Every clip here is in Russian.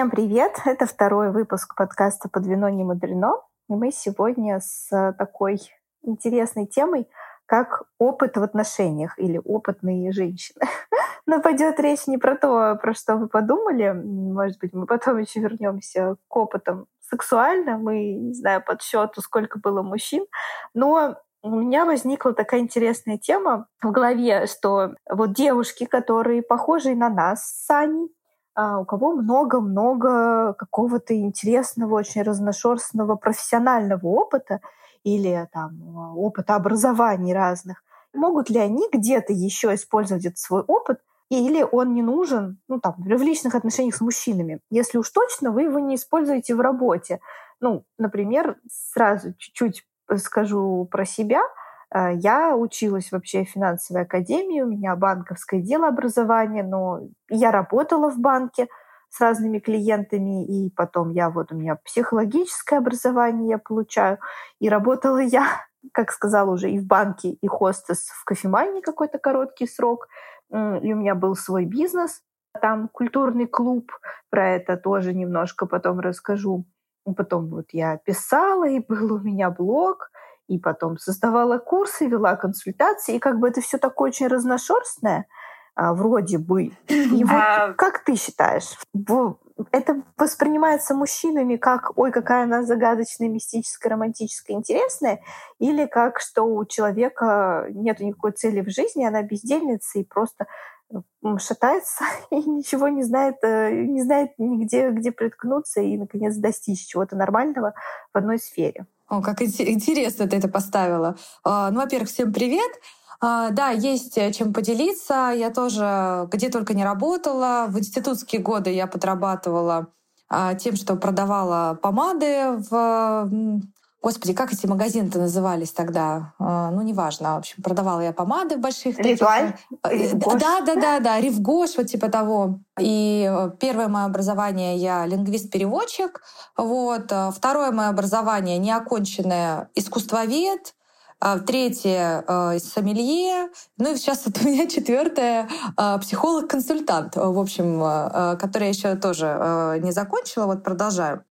Всем привет! Это второй выпуск подкаста «Под вино не мудрено». И мы сегодня с такой интересной темой, как опыт в отношениях или опытные женщины. Но пойдет речь не про то, про что вы подумали. Может быть, мы потом еще вернемся к опытам сексуальным и, не знаю, подсчету, сколько было мужчин. Но у меня возникла такая интересная тема в голове, что вот девушки, которые похожи на нас с Аней, у кого много-много какого-то интересного, очень разношерстного профессионального опыта или там опыта образований разных, могут ли они где-то еще использовать этот свой опыт, или он не нужен, в личных отношениях с мужчинами? Если уж точно вы его не используете в работе. Например, сразу чуть-чуть скажу про себя. Я училась вообще в финансовой академии, у меня банковское дело образование, но я работала в банке с разными клиентами, и потом у меня психологическое образование я получаю, и работала я, как сказала уже, и в банке, и хостес в кофемании какой-то короткий срок, и у меня был свой бизнес, там культурный клуб, про это тоже немножко потом расскажу. Потом я писала, и был у меня блог, и потом создавала курсы, вела консультации, и это все такое очень разношерстное, вроде бы. И как ты считаешь, это воспринимается мужчинами как «ой, какая она загадочная, мистическая, романтическая, интересная», или как, что у человека нет никакой цели в жизни, она бездельница и просто шатается и ничего не знает нигде, где приткнуться и, наконец, достичь чего-то нормального в одной сфере. О, как интересно ты это поставила. Во-первых, всем привет. Да, есть чем поделиться. Я тоже где только не работала. В институтские годы я подрабатывала тем, что продавала помады в... Господи, как эти магазины-то назывались тогда? Неважно. В общем, продавала я помады в больших... Ритуаль? Да, Ревгош, вот типа того. И первое мое образование — я лингвист-переводчик. Второе мое образование — неоконченное искусствовед. Третье — сомелье. И сейчас у меня четвертое — психолог-консультант, в общем, который я еще тоже не закончила, продолжаю.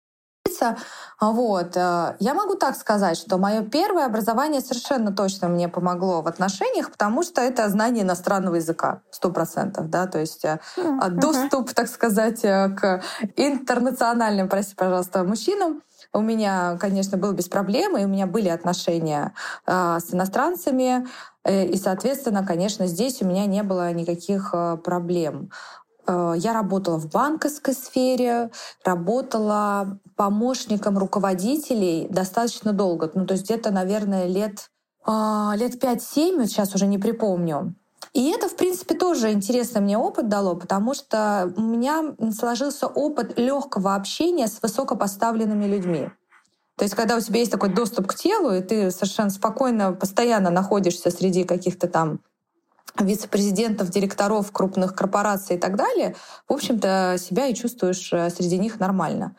Я могу так сказать, что мое первое образование совершенно точно мне помогло в отношениях, потому что это знание иностранного языка 100%, да, то есть доступ, так сказать, к интернациональным, прости, пожалуйста, мужчинам. У меня, конечно, был без проблем, и у меня были отношения с иностранцами, и, соответственно, конечно, здесь у меня не было никаких проблем. Я работала в банковской сфере, работала помощником руководителей достаточно долго. То есть где-то, наверное, лет 5-7, сейчас уже не припомню. И это, в принципе, тоже интересный мне опыт дало, потому что у меня сложился опыт легкого общения с высокопоставленными людьми. То есть когда у тебя есть такой доступ к телу, и ты совершенно спокойно, постоянно находишься среди каких-то там вице-президентов, директоров крупных корпораций и так далее, в общем-то, себя и чувствуешь среди них нормально.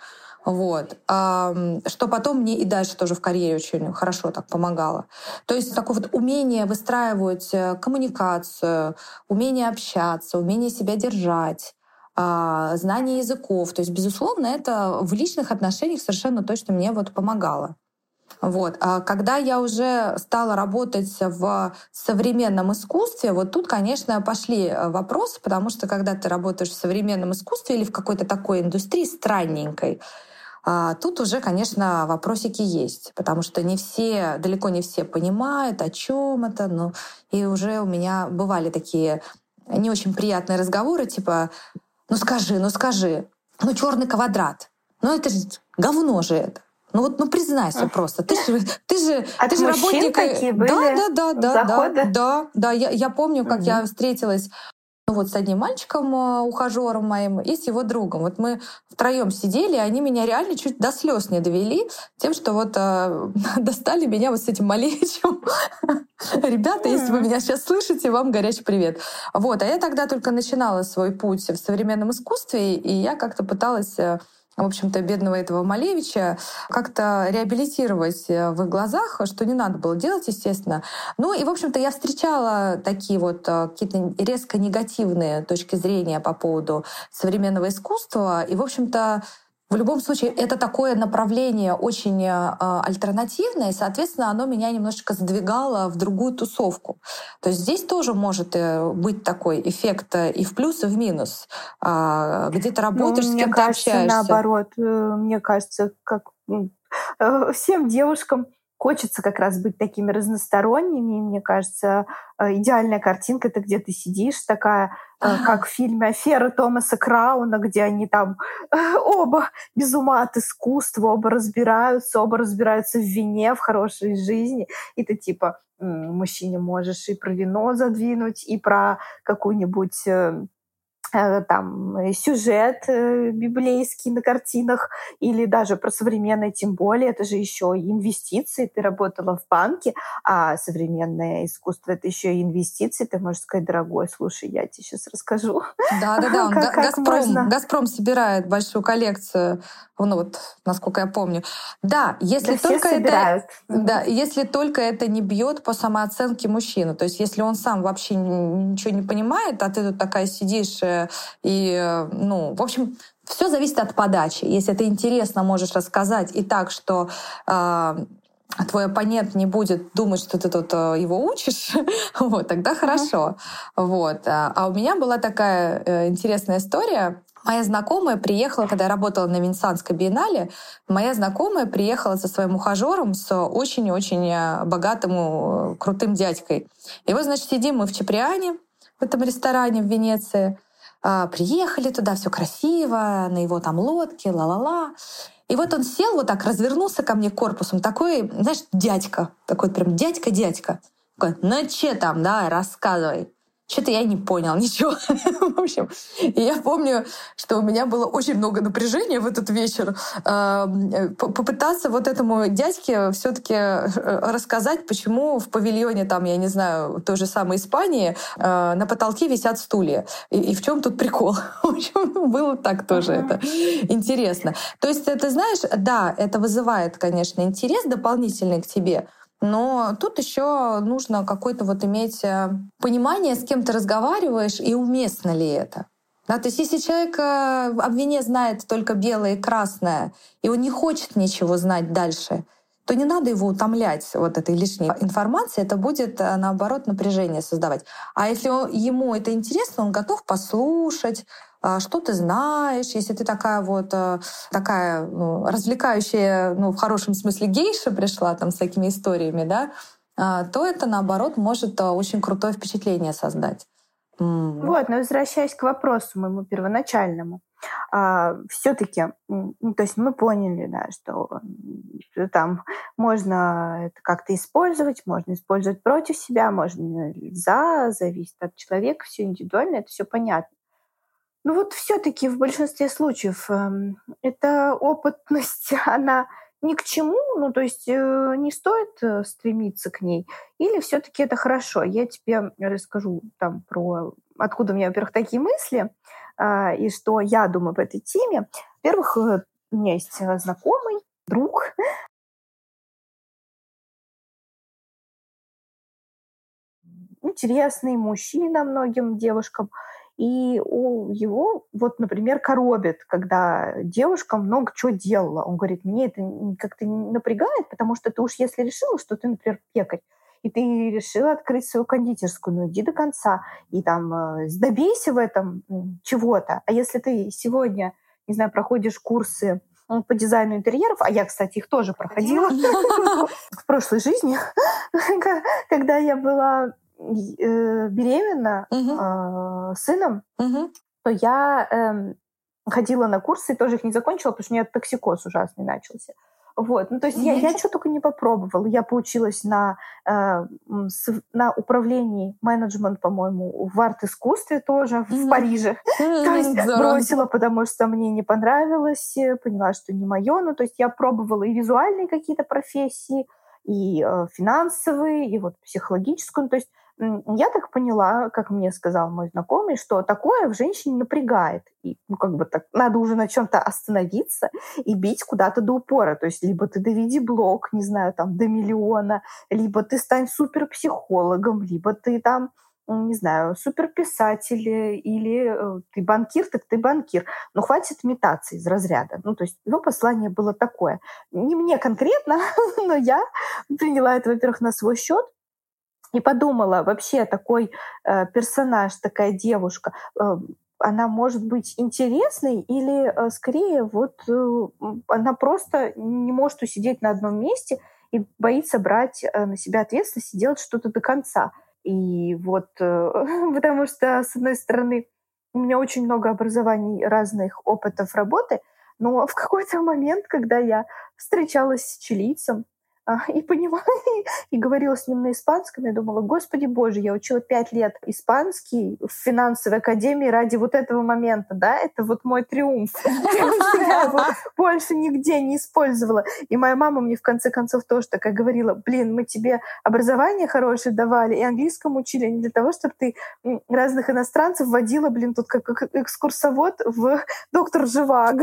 Что потом мне и дальше тоже в карьере очень хорошо так помогало. То есть такое умение выстраивать коммуникацию, умение общаться, умение себя держать, знание языков. То есть, безусловно, это в личных отношениях совершенно точно мне помогало. А когда я уже стала работать в современном искусстве, тут, конечно, пошли вопросы, потому что когда ты работаешь в современном искусстве или в какой-то такой индустрии странненькой, тут уже, конечно, вопросики есть, потому что далеко не все понимают, о чем это. И уже у меня бывали такие не очень приятные разговоры, типа: скажи, черный квадрат, это же говно же это. Признайся просто. Ты же работник. Такие были заходы? Да. Я помню, как я встретилась с одним мальчиком, ухажером моим, и с его другом. Мы втроем сидели, и они меня реально чуть до слез не довели тем, что достали меня с этим малечем. Ребята, если вы меня сейчас слышите, вам горячий привет. А я тогда только начинала свой путь в современном искусстве, и я как-то пыталась в общем-то, бедного этого Малевича как-то реабилитировать в их глазах, что не надо было делать, естественно. Ну и, в общем-то, я встречала такие вот какие-то резко негативные точки зрения по поводу современного искусства. И, в общем-то, в любом случае, это такое направление очень альтернативное, и, соответственно, оно меня немножечко задвигало в другую тусовку. То есть здесь тоже может быть такой эффект и в плюс, и в минус. Где ты работаешь, с Мне кем ты кажется, общаешься. наоборот. Мне кажется, как всем девушкам хочется как раз быть такими разносторонними. И мне кажется, идеальная картинка — это где ты сидишь такая, как в фильме «Афера» Томаса Крауна, где они там оба без ума от искусства, оба разбираются в вине, в хорошей жизни. И ты типа мужчине можешь и про вино задвинуть, и про какую-нибудь там сюжет библейский на картинах или даже про современное, тем более, это же еще и инвестиции. Ты работала в банке, а современное искусство — это еще и инвестиции. Ты можешь сказать: дорогой, слушай, я тебе сейчас расскажу, Да-да-да, он как можно. Газпром собирает большую коллекцию, ну вот, насколько я помню. Да, Да все собирают. да, если только это не бьет по самооценке мужчины. То есть если он сам вообще ничего не понимает, а ты тут такая сидишь ну, в общем, все зависит от подачи. Если ты интересно можешь рассказать и так, что твой оппонент не будет думать, что ты тут его учишь, вот, тогда хорошо. Вот. А у меня была такая интересная история. Моя знакомая приехала, когда я работала на Венецианской биеннале, моя знакомая приехала со своим ухажером, с очень-очень богатым, крутым дядькой. И вот, значит, сидим мы в Чаприане, в этом ресторане в Венеции. Приехали туда, все красиво, на его там лодке, ла-ла-ла. И вот он сел, вот так развернулся ко мне корпусом, такой, знаешь, дядька, такой прям дядька-дядька. Такой: ну че там, давай, рассказывай. Что-то я не понял ничего. В общем, и я помню, что у меня было очень много напряжения в этот вечер. Попытаться вот этому дядьке все-таки рассказать, почему в павильоне, там, я не знаю, той же самой Испании, на потолке висят стулья. И в чем тут прикол? В общем, было так тоже это интересно. То есть, ты знаешь, да, это вызывает, конечно, интерес дополнительный к тебе, но тут еще нужно какое-то вот иметь понимание, с кем ты разговариваешь и уместно ли это. Да, то есть если человек о вине знает только белое и красное, и он не хочет ничего знать дальше, то не надо его утомлять вот этой лишней информацией, это будет, наоборот, напряжение создавать. А если ему это интересно, он готов послушать, что ты знаешь, если ты такая вот такая развлекающая, ну, в хорошем смысле гейша пришла там с такими историями, да, то это, наоборот, может очень крутое впечатление создать. Вот, но возвращаясь к вопросу моему первоначальному, все-таки, то есть мы поняли, да, что там можно это как-то использовать, можно использовать против себя, можно зависит от человека, все индивидуально, это все понятно. Ну вот все-таки в большинстве случаев эта опытность, она ни к чему, ну то есть не стоит стремиться к ней, или все-таки это хорошо? Я тебе расскажу там про откуда у меня, во-первых, такие мысли и что я думаю по этой теме. Во-первых, у меня есть знакомый, друг, интересный мужчина многим девушкам. И у его, вот, например, коробит, когда девушка много чего делала. Он говорит: мне это как-то не напрягает, потому что ты уж если решила, что ты, например, пекарь, и ты решила открыть свою кондитерскую, ну иди до конца, и там добейся в этом чего-то. А если ты сегодня, не знаю, проходишь курсы по дизайну интерьеров, а я, кстати, их тоже проходила в прошлой жизни, когда я была беременна Мгм. сыном, Мгм. то я ходила на курсы и тоже их не закончила, потому что у меня токсикоз ужасный начался. Вот. Ну, то есть я что только не попробовала. Я поучилась на управлении менеджмент, по-моему, в арт-искусстве тоже в Мгм. Париже. То есть Здорово. бросила, потому что мне не понравилось, поняла, что не мое. Ну, то есть я пробовала и визуальные какие-то профессии, и финансовые, и вот психологическую. Ну, то есть Я так поняла, как мне сказал мой знакомый, что такое в женщине напрягает. И, так, надо уже на чем-то остановиться и бить куда-то до упора. То есть либо ты доведи блог, не знаю, там, до миллиона, либо ты стань суперпсихологом, либо ты там, не знаю, суперписатель, или ты банкир, так ты банкир. Но хватит метаться из разряда. То есть его послание было такое. Не мне конкретно, но я приняла это, во-первых, на свой счет и подумала, вообще такой персонаж, такая девушка, она может быть интересной или скорее она просто не может усидеть на одном месте и боится брать на себя ответственность и делать что-то до конца. И потому что, с одной стороны, у меня очень много образований, разных опытов работы, но в какой-то момент, когда я встречалась с чилийцем, и понимала, и говорила с ним на испанском, я думала, Господи Боже, я учила 5 лет испанский в финансовой академии ради вот этого момента, да, это вот мой триумф. Я его больше нигде не использовала. И моя мама мне в конце концов тоже такая говорила, мы тебе образование хорошее давали и английскому учили не для того, чтобы ты разных иностранцев водила, тут как экскурсовод в доктор Живаго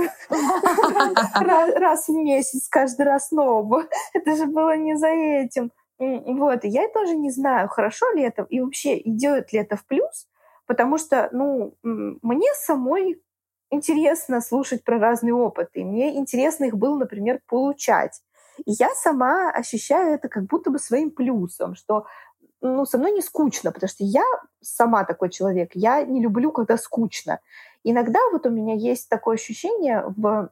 раз в месяц, каждый раз нового. Это же было не за этим. И я тоже не знаю, хорошо ли это и вообще идет ли это в плюс, потому что, мне самой интересно слушать про разные опыты. Мне интересно их было, например, получать. И я сама ощущаю это как будто бы своим плюсом, что со мной не скучно, потому что я сама такой человек, я не люблю, когда скучно. Иногда у меня есть такое ощущение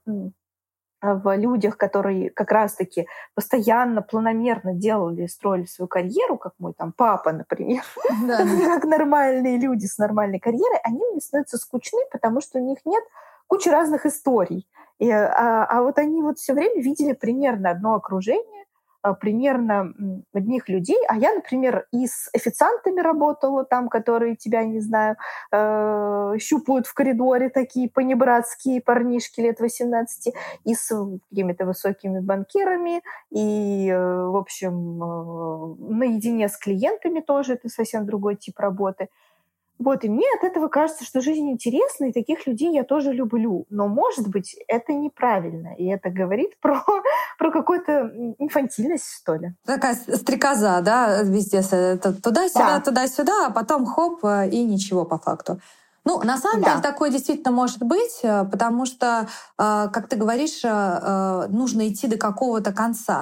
в людях, которые как раз-таки постоянно, планомерно строили свою карьеру, как мой папа, например, как нормальные люди с нормальной карьерой, они мне становятся скучны, потому что у них нет кучи разных историй. Они все время видели примерно одно окружение, примерно одних людей. А я, например, и с официантами работала там, которые тебя, не знаю, щупают в коридоре, такие понебратские парнишки лет 18, и с какими-то высокими банкирами, и, в общем, наедине с клиентами тоже. Это совсем другой тип работы. И мне от этого кажется, что жизнь интересна, и таких людей я тоже люблю. Но, может быть, это неправильно. И это говорит про какую-то инфантильность, что ли. Такая стрекоза, да, везде. Туда-сюда, туда-сюда, а потом хоп, и ничего по факту. На самом деле такое действительно может быть, потому что, как ты говоришь, нужно идти до какого-то конца.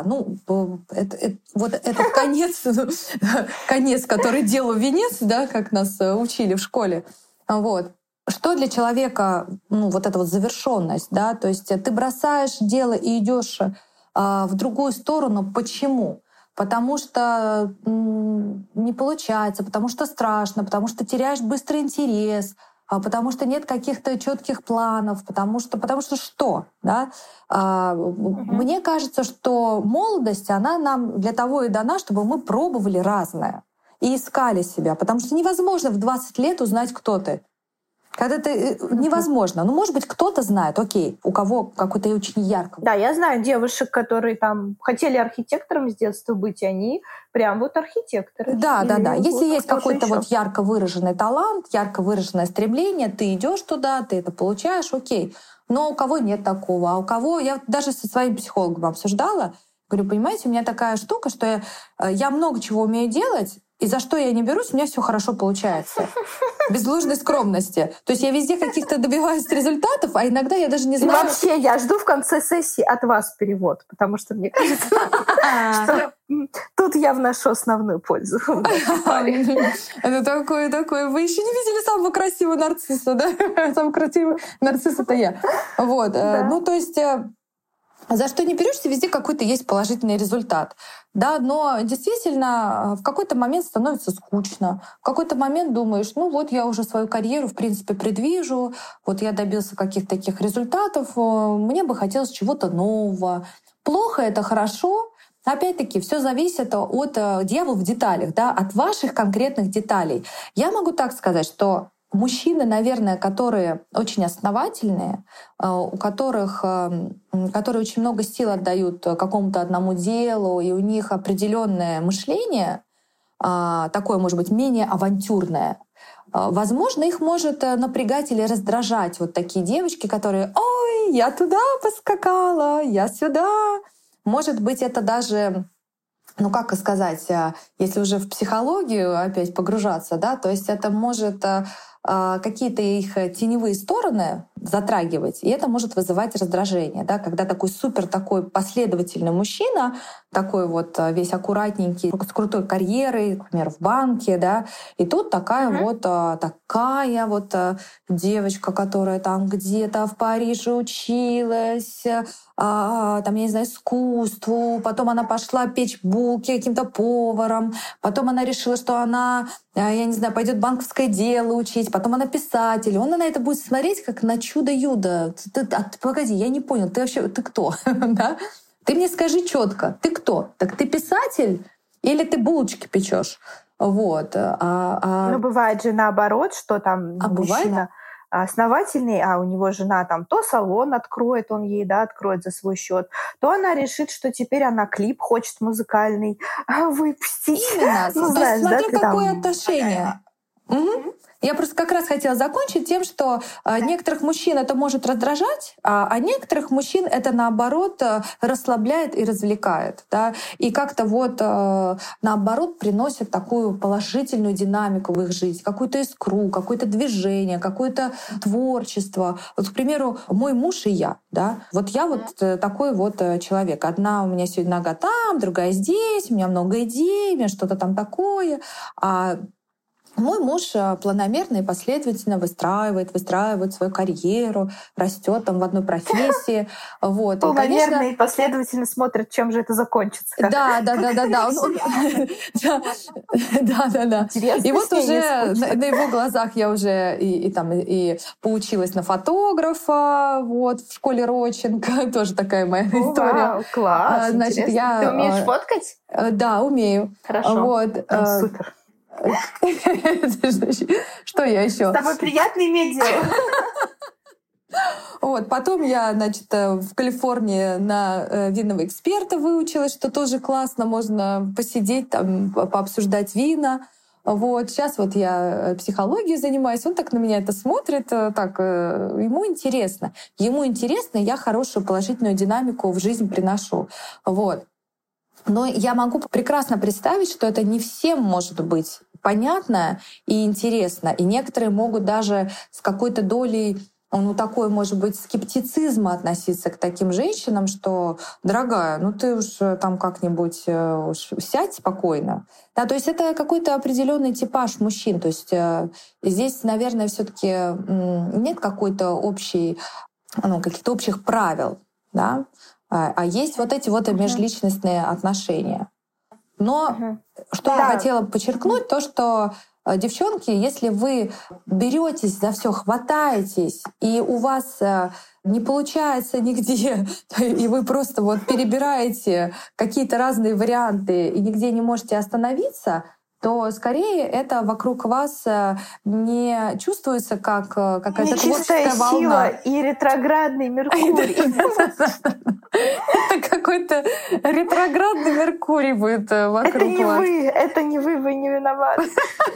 Этот конец, который делу венец, да, как нас учили в школе. Что для человека, эта завершенность, да, то есть ты бросаешь дело и идешь в другую сторону. Почему? Потому что не получается, потому что страшно, потому что теряешь быстрый интерес, потому что нет каких-то четких планов, потому что что, да? Мне кажется, что молодость, она нам для того и дана, чтобы мы пробовали разное и искали себя, потому что невозможно в 20 лет узнать, кто ты. Когда ты невозможно. Может быть, кто-то знает, окей, у кого какой-то очень яркий. Да, я знаю девушек, которые хотели архитектором с детства быть, и они прям архитекторы. Да. Если есть какой-то ярко выраженный талант, ярко выраженное стремление, ты идешь туда, ты это получаешь, окей. Но у кого нет такого, а у кого... Я даже со своим психологом обсуждала, говорю, понимаете, у меня такая штука, что я много чего умею делать, и за что я не берусь, у меня все хорошо получается. Без ложной скромности. То есть я везде каких-то добиваюсь результатов, а иногда я даже не знаю... И вообще, я жду в конце сессии от вас перевод, потому что мне кажется, что тут я вношу основную пользу. Это такое. Вы еще не видели самого красивого нарцисса, да? Самый красивый нарцисс — это я. То есть... За что не берешься, везде какой-то есть положительный результат. Да, но действительно в какой-то момент становится скучно. В какой-то момент думаешь, я уже свою карьеру, в принципе, предвижу, я добился каких-то таких результатов, мне бы хотелось чего-то нового. Плохо — это хорошо. Опять-таки, все зависит от дьявола в деталях, да, от ваших конкретных деталей. Я могу так сказать, что мужчины, наверное, которые очень которые очень много сил отдают какому-то одному делу, и у них определенное мышление, такое, может быть, менее авантюрное. Возможно, их может напрягать или раздражать вот такие девочки, которые «Ой, я туда поскакала, я сюда». Может быть, это даже, ну как сказать, если уже в психологию опять погружаться, да, то есть это может какие-то их теневые стороны затрагивать, и это может вызывать раздражение, да, когда такой супер такой последовательный мужчина, такой вот весь аккуратненький, с крутой карьерой, например, в банке, да, и тут такая такая вот девочка, которая там где-то в Париже училась, там, я не знаю, искусству, потом она пошла печь булки каким-то поваром, потом она решила, что она, я не знаю, пойдет банковское дело учить, потом она писатель. Он на это будет смотреть как на чудо-юдо. Погоди, я не понял, ты вообще, ты кто? Да? Ты мне скажи четко, ты кто? Так ты писатель или ты булочки печешь? Вот. Ну, бывает же наоборот, что там мужчина бывает? Основательный, а у него жена там то салон откроет, он ей, да, откроет за свой счет, то она решит, что теперь она клип хочет музыкальный выпустить. Именно. Ну, то знаешь, есть смотря да, какое там... отношение. Угу. Я просто как раз хотела закончить тем, что некоторых мужчин это может раздражать, а некоторых мужчин это наоборот расслабляет и развлекает. Да? И как-то вот наоборот приносит такую положительную динамику в их жизнь, какую-то искру, какое-то движение, какое-то творчество. Вот, к примеру, мой муж и я. Да? Вот я вот такой вот человек. Одна у меня сегодня нога там, другая здесь, у меня много идей, у меня что-то там такое. А мой муж планомерно и последовательно выстраивает свою карьеру, растет там в одной профессии. Вот. Планомерно и последовательно смотрит, чем же это закончится. Да. Да. И вот уже на его глазах я уже и поучилась на фотографа вот, в школе Родченко. Тоже такая моя история. Вау, класс, значит, ты умеешь фоткать? Да, умею. Хорошо, вот. Супер. Что я еще? С тобой приятно иметь дело. Вот. Потом я, значит, в Калифорнии на винного эксперта выучилась, что тоже классно, можно посидеть, там, пообсуждать вина. Вот. Сейчас вот я психологией занимаюсь, он так на меня это смотрит, так, ему интересно. Ему интересно, я хорошую положительную динамику в жизнь приношу. Вот. Но я могу прекрасно представить, что это не всем может быть понятно и интересно. И некоторые могут даже с какой-то долей, ну, такой, может быть, скептицизма относиться к таким женщинам, что, дорогая, ну ты уж там как-нибудь сядь спокойно. Да, то есть это какой-то определенный типаж мужчин. То есть здесь, наверное, все-таки нет какой-то общей, каких-то общих правил, да? А есть вот эти вот межличностные отношения. Но что я хотела подчеркнуть, то, что девчонки, если вы беретесь за все, хватаетесь, и у вас не получается нигде, и вы просто вот перебираете какие-то разные варианты и нигде не можете остановиться, то скорее это вокруг вас не чувствуется как какая-то творческая волна. И ретроградный Меркурий. Это какой-то ретроградный Меркурий будет вокруг вас. Это не вы не виноваты.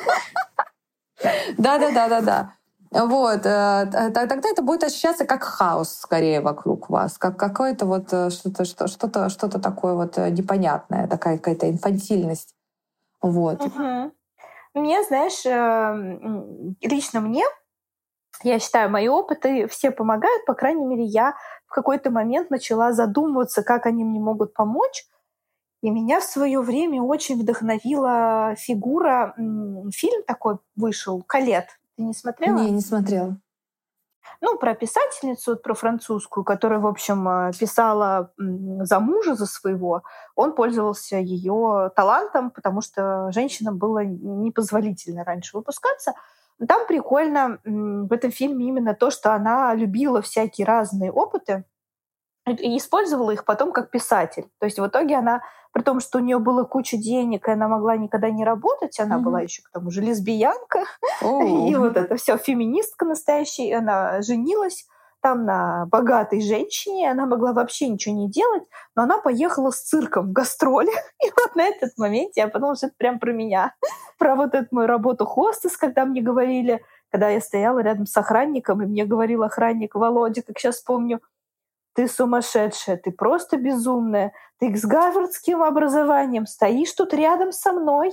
Да. Вот. Тогда это будет ощущаться как хаос скорее вокруг вас, как какое-то вот что-то такое вот непонятное, такая какая-то инфантильность. Вот. Мне, знаешь, лично мне, я считаю, мои опыты все помогают. По крайней мере, я в какой-то момент начала задумываться, как они мне могут помочь. И меня в свое время очень вдохновила фигура. Фильм такой вышел «Колетт». Ты не смотрела? Не смотрела. Ну, про писательницу, про французскую, которая, в общем, писала за мужа, за своего. Он пользовался ее талантом, потому что женщинам было непозволительно раньше выпускаться. Там прикольно в этом фильме именно то, что она любила всякие разные опыты и использовала их потом как писатель. То есть в итоге она, при том, что у нее было куча денег, и она могла никогда не работать, она была еще к тому же лесбиянка, и вот это все феминистка настоящая, она женилась там на богатой женщине, она могла вообще ничего не делать, но она поехала с цирком в гастроли. И вот на этот момент я подумала, что это прям про меня. Про вот эту мою работу хостес, когда мне говорили, когда я стояла рядом с охранником, и мне говорил охранник Володя, как сейчас помню, ты сумасшедшая, ты просто безумная, ты с гарвардским образованием стоишь тут рядом со мной,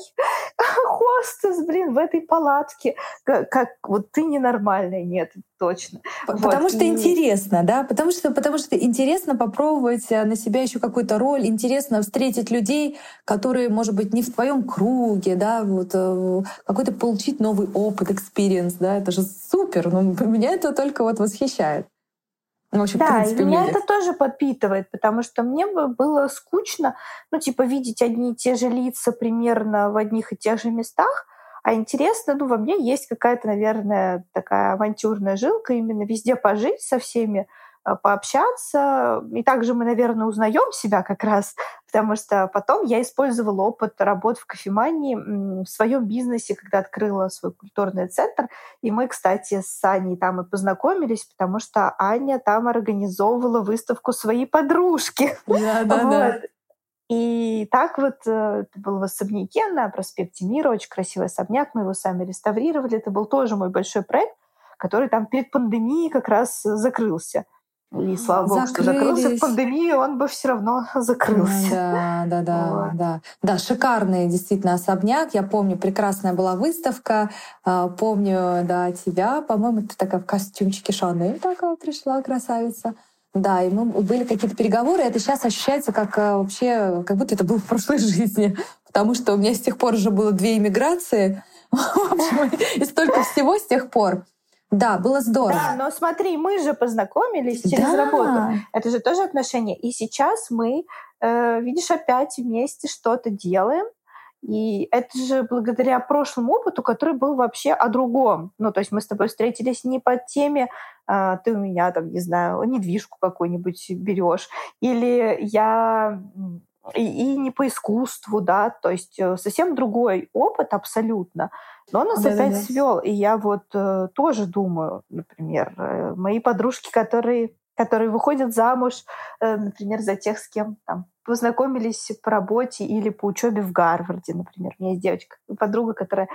хостес, блин, в этой палатке, как вот ты ненормальная, нет, точно. Потому вот. что интересно, да? Потому что интересно попробовать на себя еще какую-то роль, интересно встретить людей, которые, может быть, не в твоем круге, да, вот какой-то получить новый опыт, экспириенс, да, это же супер. Ну, меня это только вот восхищает. Ну, вообще, Да, в принципе, и меня люди. это тоже подпитывает, потому что мне бы было скучно, ну, типа, видеть одни и те же лица примерно в одних и тех же местах, а интересно, ну, во мне есть какая-то, наверное, такая авантюрная жилка, именно везде пожить со всеми, пообщаться. И также мы, наверное, узнаем себя как раз, потому что потом я использовала опыт работы в кофемании в своем бизнесе, когда открыла свой культурный центр. И мы, кстати, с Аней там и познакомились, потому что Аня там организовывала выставку своей подружки. Да. Вот. И так вот это был в особняке на проспекте Мира, очень красивый особняк, мы его сами реставрировали. Это был тоже мой большой проект, который там перед пандемией как раз закрылся. И слава богу, что закрылся. В Закрылись. пандемию он бы все равно закрылся. Вот. Да, шикарный действительно особняк. Я помню, прекрасная была выставка. Помню, да, тебя, по-моему, ты такая в костюмчике Шанель такая пришла, красавица. Да, и мы были какие-то переговоры, и это сейчас ощущается как вообще, как будто это было в прошлой жизни. Потому что у меня с тех пор уже было 2 иммиграции. В общем, и столько всего с тех пор. Да, было здорово. Да, но смотри, мы же познакомились через работу. Это же тоже отношения. И сейчас мы, видишь, опять вместе что-то делаем. И это же благодаря прошлому опыту, который был вообще о другом. Ну, то есть мы с тобой встретились не по теме, ты у меня там, не знаю, недвижку какую-нибудь берешь, или я и не по искусству, да, то есть совсем другой опыт абсолютно. Но он нас опять свел. И я вот тоже думаю, например, мои подружки, которые выходят замуж, например, за тех, с кем там познакомились по работе или по учебе в Гарварде, например. У меня есть девочка, подруга, которая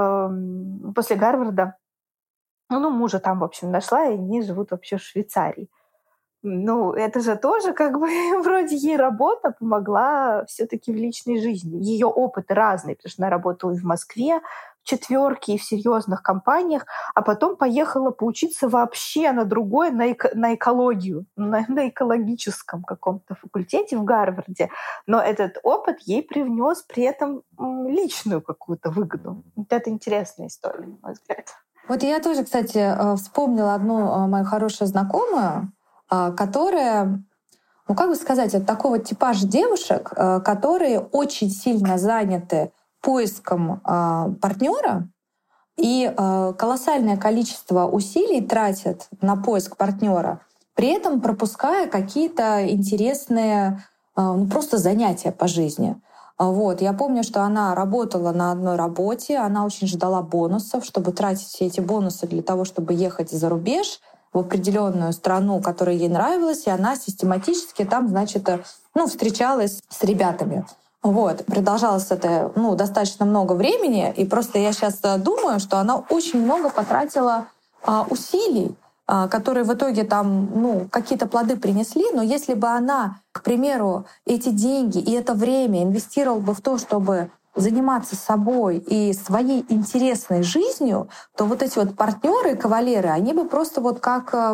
после Гарварда, ну, мужа там, в общем, нашла, и они живут вообще в Швейцарии. Ну, это же тоже как бы вроде ей работа помогла все-таки в личной жизни. Ее опыт разный, потому что она работала и в Москве, в четверке, и в серьезных компаниях, а потом поехала поучиться вообще на другое, на экологию, на экологическом каком-то факультете в Гарварде. Но этот опыт ей привнес при этом личную какую-то выгоду. Вот это интересная история, на мой взгляд. Вот я тоже, кстати, вспомнила одну мою хорошую знакомую, которая, ну как бы сказать, это такого типажа девушек, которые очень сильно заняты поиском партнера и колоссальное количество усилий тратят на поиск партнера, при этом пропуская какие-то интересные просто занятия по жизни. Вот. Я помню, что она работала на одной работе, она очень ждала бонусов, чтобы тратить все эти бонусы для того, чтобы ехать за рубеж, в определенную страну, которая ей нравилась, и она систематически там, значит, встречалась с ребятами. Вот. Продолжалось это достаточно много времени, и просто я сейчас думаю, что она очень много потратила усилий, которые в итоге там, какие-то плоды принесли, но если бы она, к примеру, эти деньги и это время инвестировала бы в то, чтобы заниматься собой и своей интересной жизнью, то вот эти вот партнеры, кавалеры, они бы просто вот как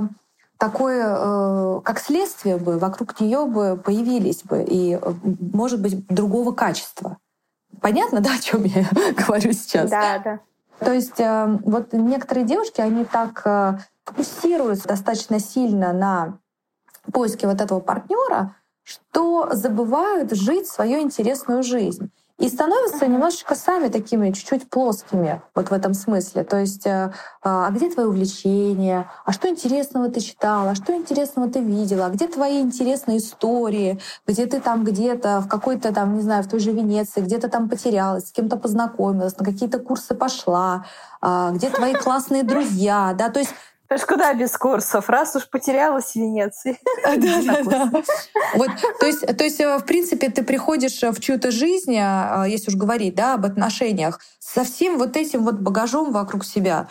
такое, как следствие бы вокруг нее бы появились бы и, может быть, другого качества. Понятно, да, о чем я говорю сейчас? Да. То есть вот некоторые девушки, они так фокусируются достаточно сильно на поиске вот этого партнера, что забывают жить свою интересную жизнь. И становятся немножечко сами такими чуть-чуть плоскими вот в этом смысле. То есть, а где твои увлечения? А что интересного ты читала? А что интересного ты видела? А где твои интересные истории? Где ты там где-то в какой-то там, не знаю, в той же Венеции, где-то там потерялась, с кем-то познакомилась, на какие-то курсы пошла? Где твои классные друзья? Да, то есть То есть куда без курсов? Раз уж потерялась в Венеции. Да. Вот, то есть, в принципе, ты приходишь в чью-то жизнь, если уж говорить, да, об отношениях, со всем вот этим вот багажом вокруг себя.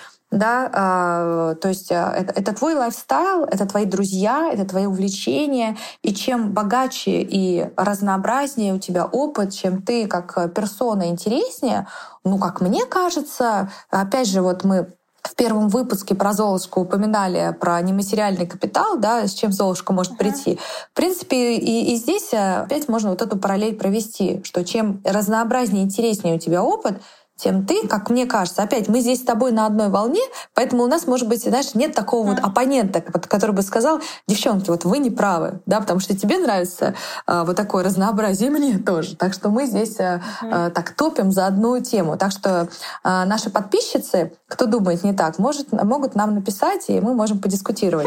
Да, то есть это твой лайфстайл, это твои друзья, это твои увлечения. И чем богаче и разнообразнее у тебя опыт, чем ты как персона интереснее, ну, как мне кажется, опять же, вот мы в первом выпуске про Золушку упоминали про нематериальный капитал, да, с чем Золушка может прийти. В принципе, и здесь опять можно вот эту параллель провести, что чем разнообразнее и интереснее у тебя опыт, тем ты, как мне кажется, опять мы здесь с тобой на одной волне, поэтому у нас, может быть, знаешь, нет такого вот оппонента, который бы сказал: девчонки, вот вы не правы, да, потому что тебе нравится вот такое разнообразие, и мне тоже. Так что мы здесь так топим за одну тему. Так что наши подписчицы, кто думает не так, могут нам написать, и мы можем подискутировать.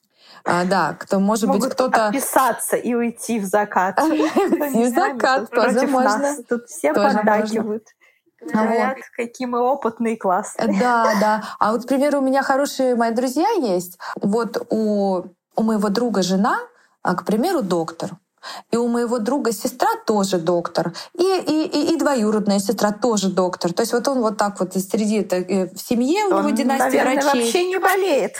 Да, кто, может могут быть, кто-то... отписаться и уйти в закат. И в закат тоже можно. Тут все поддакивают. Говорят, какие мы опытные и классные. Да. А вот, к примеру, у меня хорошие мои друзья есть. Вот у моего друга жена, к примеру, доктор. И у моего друга сестра тоже доктор. И двоюродная сестра тоже доктор. То есть вот он вот так вот среди в семье у него династия врачей. Он вообще не болеет.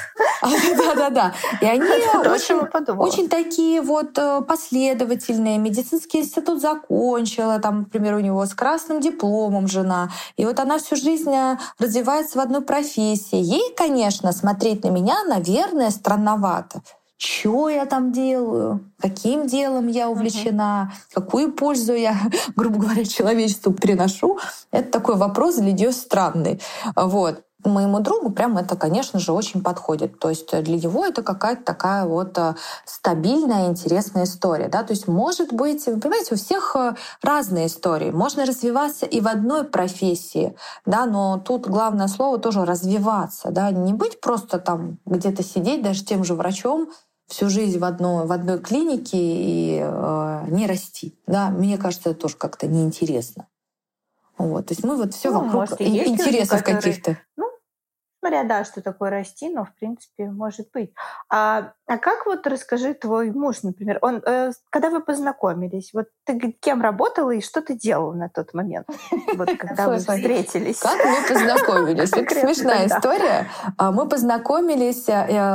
Да. И они очень такие вот последовательные. Медицинский институт закончила, там, например, у него с красным дипломом жена. И вот она всю жизнь развивается в одной профессии. Ей, конечно, смотреть на меня, наверное, странновато. Что я там делаю, каким делом я увлечена, какую пользу я, грубо говоря, человечеству приношу. Это такой вопрос для нее странный. Вот. Моему другу прям это, конечно же, очень подходит. То есть для него это какая-то такая вот стабильная, интересная история. Да? То есть, может быть, вы понимаете, у всех разные истории. Можно развиваться и в одной профессии, да? Но тут главное слово тоже развиваться. Да? Не быть просто там где-то сидеть, даже тем же врачом, всю жизнь в одной клинике и не расти. Да? Мне кажется, это тоже как-то неинтересно. Вот. То есть мы вот все вокруг интересов каких-то. Смотря, да, что такое расти, но, в принципе, может быть. А как вот, расскажи, твой муж, например, он, когда вы познакомились, вот ты кем работала и что ты делала на тот момент, вот когда вы встретились? Как мы познакомились? Это смешная история. Мы познакомились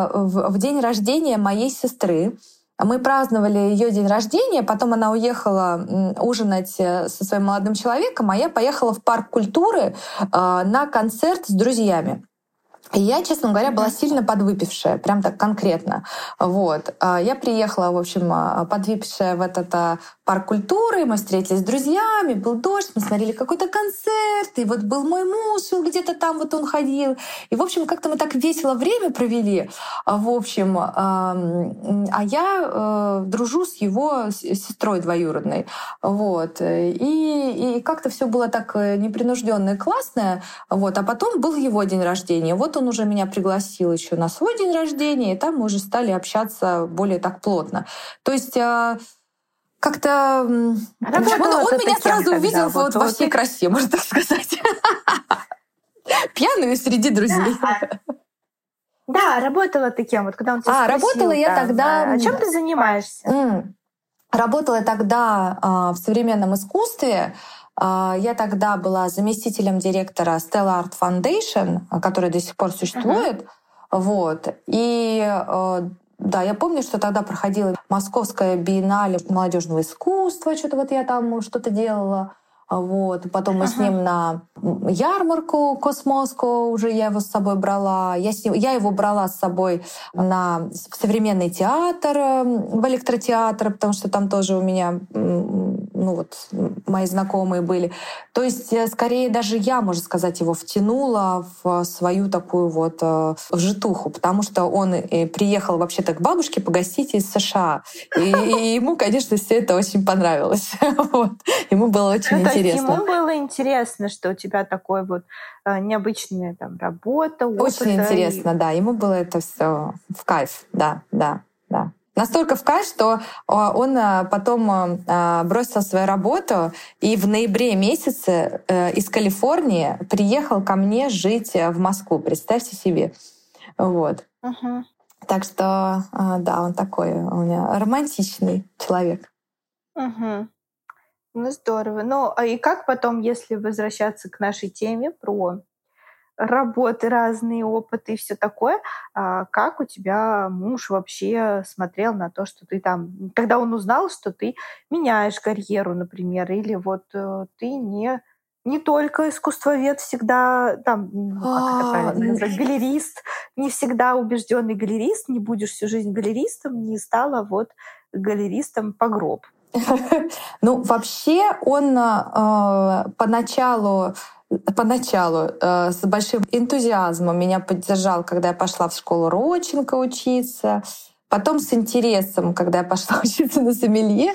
в день рождения моей сестры. Мы праздновали ее день рождения, потом она уехала ужинать со своим молодым человеком, а я поехала в парк культуры на концерт с друзьями. И я, честно говоря, была сильно подвыпившая, прям так конкретно. Вот. Я приехала, в общем, подвыпившая в этот парк культуры, мы встретились с друзьями, был дождь, мы смотрели какой-то концерт, и вот был мой муж, где-то там вот он ходил. И, в общем, как-то мы так весело время провели. В общем, а я дружу с его сестрой двоюродной. Вот. И как-то все было так непринужденно и классно. Вот. А потом был его день рождения. Вот он уже меня пригласил еще на свой день рождения, и там мы уже стали общаться более так плотно. То есть как-то он меня сразу увидел вот во всей красе, можно так сказать. Пьяную среди друзей. Да, работала ты кем? Вот когда он тебя спросил, работала я тогда... А чем ты занимаешься? Работала я тогда в современном искусстве. Я тогда была заместителем директора Stella Art Foundation, которая до сих пор существует. Вот. И да, я помню, что тогда проходила Московская биеннале молодежного искусства, что-то вот я там что-то делала. Вот. Потом мы с ним на ярмарку Космоску, уже я его с собой брала. Я его брала с собой в современный театр, в электротеатр, потому что там тоже у меня мои знакомые были. То есть, скорее, даже я, можно сказать, его втянула в свою такую вот вжитуху, потому что он приехал вообще-то к бабушке погостить из США. И ему, конечно, все это очень понравилось. Вот. Ему было очень интересно. Ему было интересно, что у тебя такой вот необычная там работа, опыт. Очень интересно, да. Ему было это все в кайф, да. Настолько в кайф, что он потом бросил свою работу и в ноябре месяце из Калифорнии приехал ко мне жить в Москву. Представьте себе. Вот. Мгм. Так что, да, он такой у меня романтичный человек. Мгм. Ну, здорово. Ну, а и как потом, если возвращаться к нашей теме про работы, разные опыты и все такое, как у тебя муж вообще смотрел на то, что ты там, когда он узнал, что ты меняешь карьеру, например, или вот ты не только искусствовед всегда, там, ну как это А, правильно назвать, галерист, не всегда убежденный галерист, не будешь всю жизнь галеристом, не стала вот галеристом по гроб. Ну, вообще он поначалу с большим энтузиазмом меня поддержал, когда я пошла в школу Родченко учиться. Потом с интересом, когда я пошла учиться на сомелье.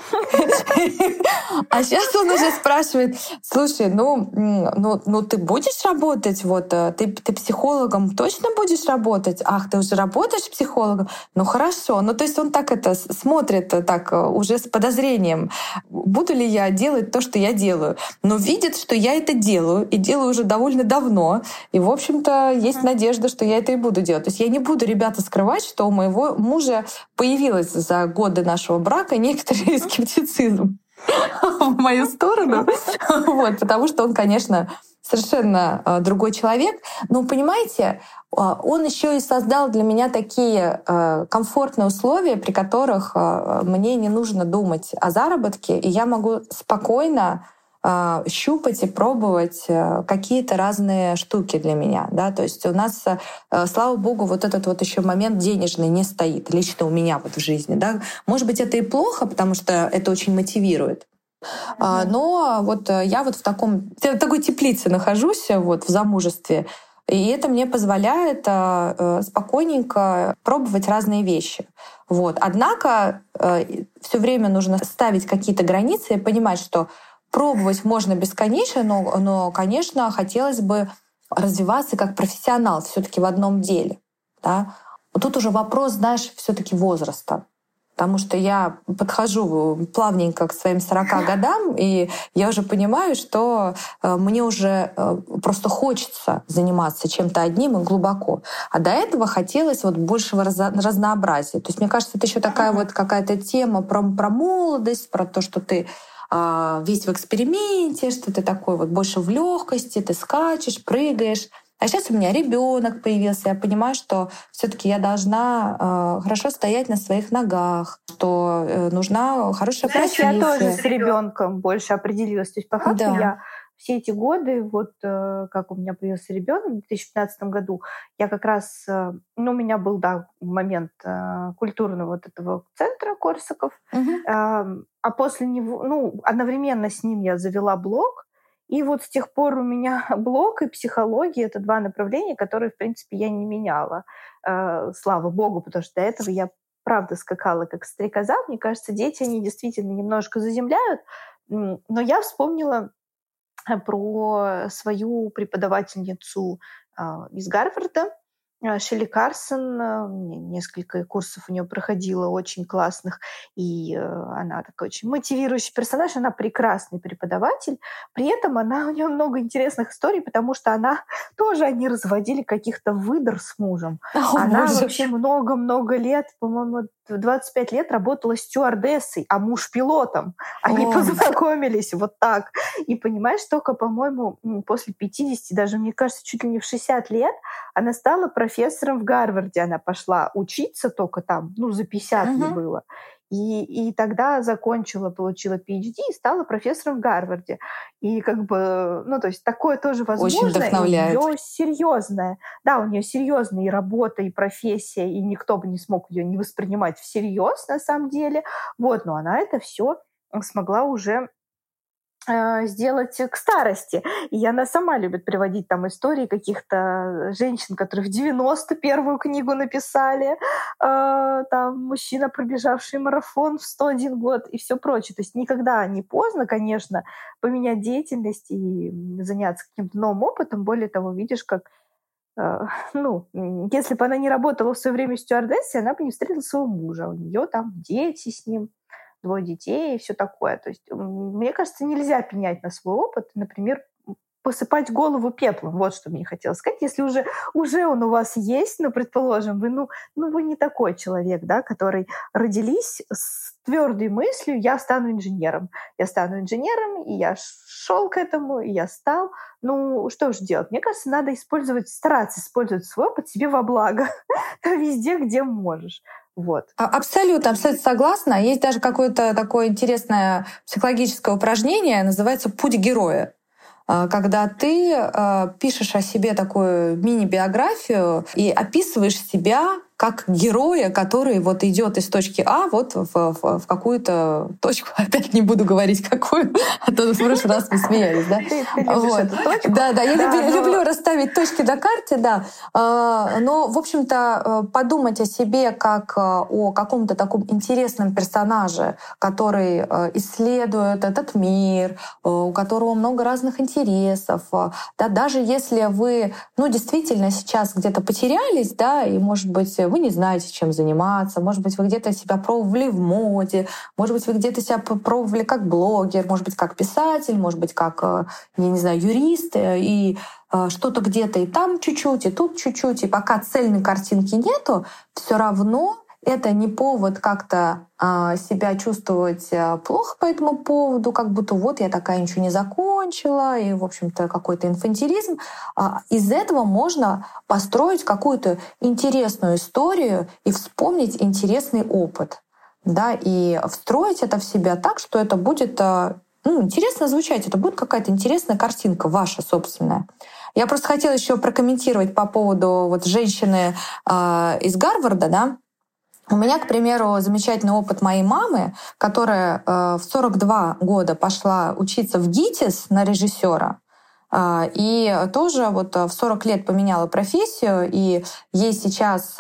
А сейчас он уже спрашивает: слушай, ну ты будешь работать? Вот ты психологом точно будешь работать? Ах, ты уже работаешь психологом? Ну хорошо. Ну то есть он так это смотрит так уже с подозрением, буду ли я делать то, что я делаю. Но видит, что я это делаю, и делаю уже довольно давно. И, в общем-то, есть надежда, что я это и буду делать. То есть я не буду, ребята, скрывать, что у моего мужа появилось за годы нашего брака некоторый скептицизм в мою сторону. Вот, потому что он, конечно, совершенно другой человек. Но, понимаете, он еще и создал для меня такие комфортные условия, при которых мне не нужно думать о заработке, и я могу спокойно щупать и пробовать какие-то разные штуки для меня. Да? То есть у нас, слава богу, вот этот вот еще момент денежный не стоит лично у меня вот в жизни. Да? Может быть, это и плохо, потому что это очень мотивирует. Но вот я вот в такой теплице нахожусь вот в замужестве, и это мне позволяет спокойненько пробовать разные вещи. Вот. Однако все время нужно ставить какие-то границы и понимать, что пробовать можно бесконечно, но, конечно, хотелось бы развиваться как профессионал все-таки в одном деле. Да? Но тут уже вопрос, знаешь, все-таки возраста. Потому что я подхожу плавненько к своим 40 годам, и я уже понимаю, что мне уже просто хочется заниматься чем-то одним и глубоко. А до этого хотелось вот большего разнообразия. То есть, мне кажется, это еще такая вот какая-то тема про молодость, про то, что ты весь в эксперименте, что ты такой вот больше в легкости, ты скачешь, прыгаешь. А сейчас у меня ребенок появился, я понимаю, что все-таки я должна хорошо стоять на своих ногах, что нужна хорошая Знаешь, я тоже профессия. с ребенком больше определилась. То есть по факту Да. я все эти годы, вот как у меня появился ребенок в 2015 году, я как раз, ну, у меня был, да, момент культурного вот этого центра Корсаков, Мгм. а после него, ну, одновременно с ним я завела блог, и вот с тех пор у меня блог и психология — это два направления, которые, в принципе, я не меняла. Слава богу, потому что до этого я правда скакала как стрекоза. Мне кажется, дети, они действительно немножко заземляют. Но я вспомнила про свою преподавательницу из Гарварда, Шелли Карсон. Несколько курсов у нее проходила очень классных, и она такой очень мотивирующий персонаж, она прекрасный преподаватель. При этом у нее много интересных историй, потому что она тоже, они разводили каких-то выдр с мужем. О, Она боже. вообще много-много лет, по-моему, 25 лет работала стюардессой, а муж пилотом. Они О. познакомились вот так. И понимаешь, только, по-моему, после 50, даже, мне кажется, чуть ли не в 60 лет, она стала профессором в Гарварде. Она пошла учиться только там, ну, за 50 ей Мгм. было. И тогда закончила, получила PhD и стала профессором в Гарварде. И как бы, ну, то есть такое тоже Очень возможно, и у вдохновляет. нее серьезная, да, у нее серьезная и работа, и профессия, и никто бы не смог ее не воспринимать всерьез на самом деле. Вот, но она это все смогла уже сделать к старости. И она сама любит приводить там истории каких-то женщин, которые в 90 первую книгу написали, там мужчина, пробежавший марафон в 101 год и все прочее. То есть никогда не поздно, конечно, поменять деятельность и заняться каким-то новым опытом. Более того, видишь, как ну, если бы она не работала в свое время стюардессой, она бы не встретила своего мужа. У нее там дети с ним, двое детей и все такое. То есть, мне кажется, нельзя пенять на свой опыт. Например, посыпать голову пеплом. Вот что мне хотелось сказать. Если уже он у вас есть, предположим, вы не такой человек, да, который родились с твердой мыслью: я стану инженером. Я стану инженером, и я шел к этому, и я стал. Что же делать? Мне кажется, надо стараться использовать свой опыт себе во благо везде, где можешь. Вот. Абсолютно согласна. Есть даже какое-то такое интересное психологическое упражнение, называется «Путь героя». Когда ты пишешь о себе такую мини-биографию и описываешь себя как героя, который вот идет из точки А вот в какую-то точку. Опять не буду говорить какую, а то в прошлый раз мы смеялись, да? Ты любишь эту точку? Да, я люблю расставить точки на карте, да. Но, в общем-то, подумать о себе как о каком-то таком интересном персонаже, который исследует этот мир, у которого много разных интересов. Да, даже если вы, действительно сейчас где-то потерялись, да, и, может быть, вы не знаете, чем заниматься, может быть, вы где-то себя пробовали в моде, может быть, вы где-то себя пробовали как блогер, может быть, как писатель, может быть, как, я не знаю, юрист, и что-то где-то и там чуть-чуть, и тут чуть-чуть, и пока цельной картинки нету, все равно это не повод как-то себя чувствовать плохо по этому поводу, как будто вот я такая ничего не закончила, и, в общем-то, какой-то инфантилизм. Из этого можно построить какую-то интересную историю и вспомнить интересный опыт, да, и встроить это в себя так, что это будет интересно звучать, это будет какая-то интересная картинка ваша собственная. Я просто хотела еще прокомментировать по поводу вот женщины из Гарварда, да. У меня, к примеру, замечательный опыт моей мамы, которая в 42 года пошла учиться в ГИТИС на режиссера, и тоже вот в 40 лет поменяла профессию, и ей сейчас,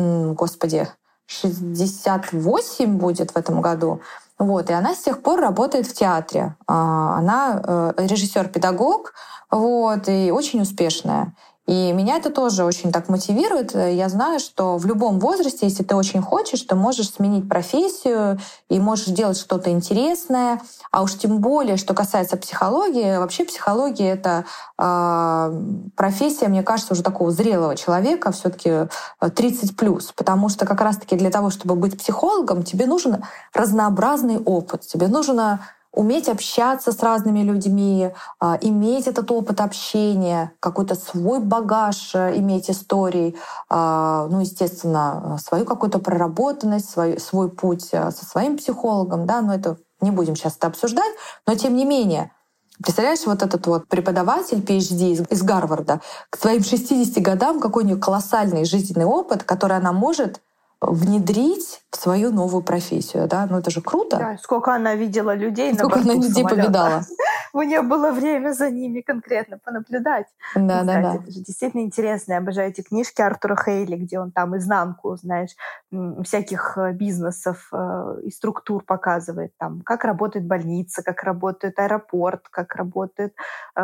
68 будет в этом году. Вот, и она с тех пор работает в театре. Она режиссер-педагог, вот, и очень успешная. И меня это тоже очень так мотивирует. Я знаю, что в любом возрасте, если ты очень хочешь, ты можешь сменить профессию и можешь делать что-то интересное. А уж тем более, что касается психологии, вообще психология — это профессия, мне кажется, уже такого зрелого человека, все-таки 30+. Потому что как раз-таки для того, чтобы быть психологом, тебе нужен разнообразный опыт. Тебе нужно уметь общаться с разными людьми, иметь этот опыт общения, какой-то свой багаж иметь историй, естественно, свою какую-то проработанность, свой путь со своим психологом, да, но это не будем сейчас это обсуждать, но тем не менее, представляешь, вот этот вот преподаватель PhD из Гарварда к своим 60 годам какой у нее колоссальный жизненный опыт, который она может внедрить в свою новую профессию, да, это же круто. Да, сколько она видела людей, сколько она людей повидала. У нее было время за ними конкретно понаблюдать. Да. Это же действительно интересно. Я обожаю эти книжки Артура Хейли, где он там изнанку, знаешь, всяких бизнесов и структур показывает. Там, как работает больница, как работает аэропорт, как работает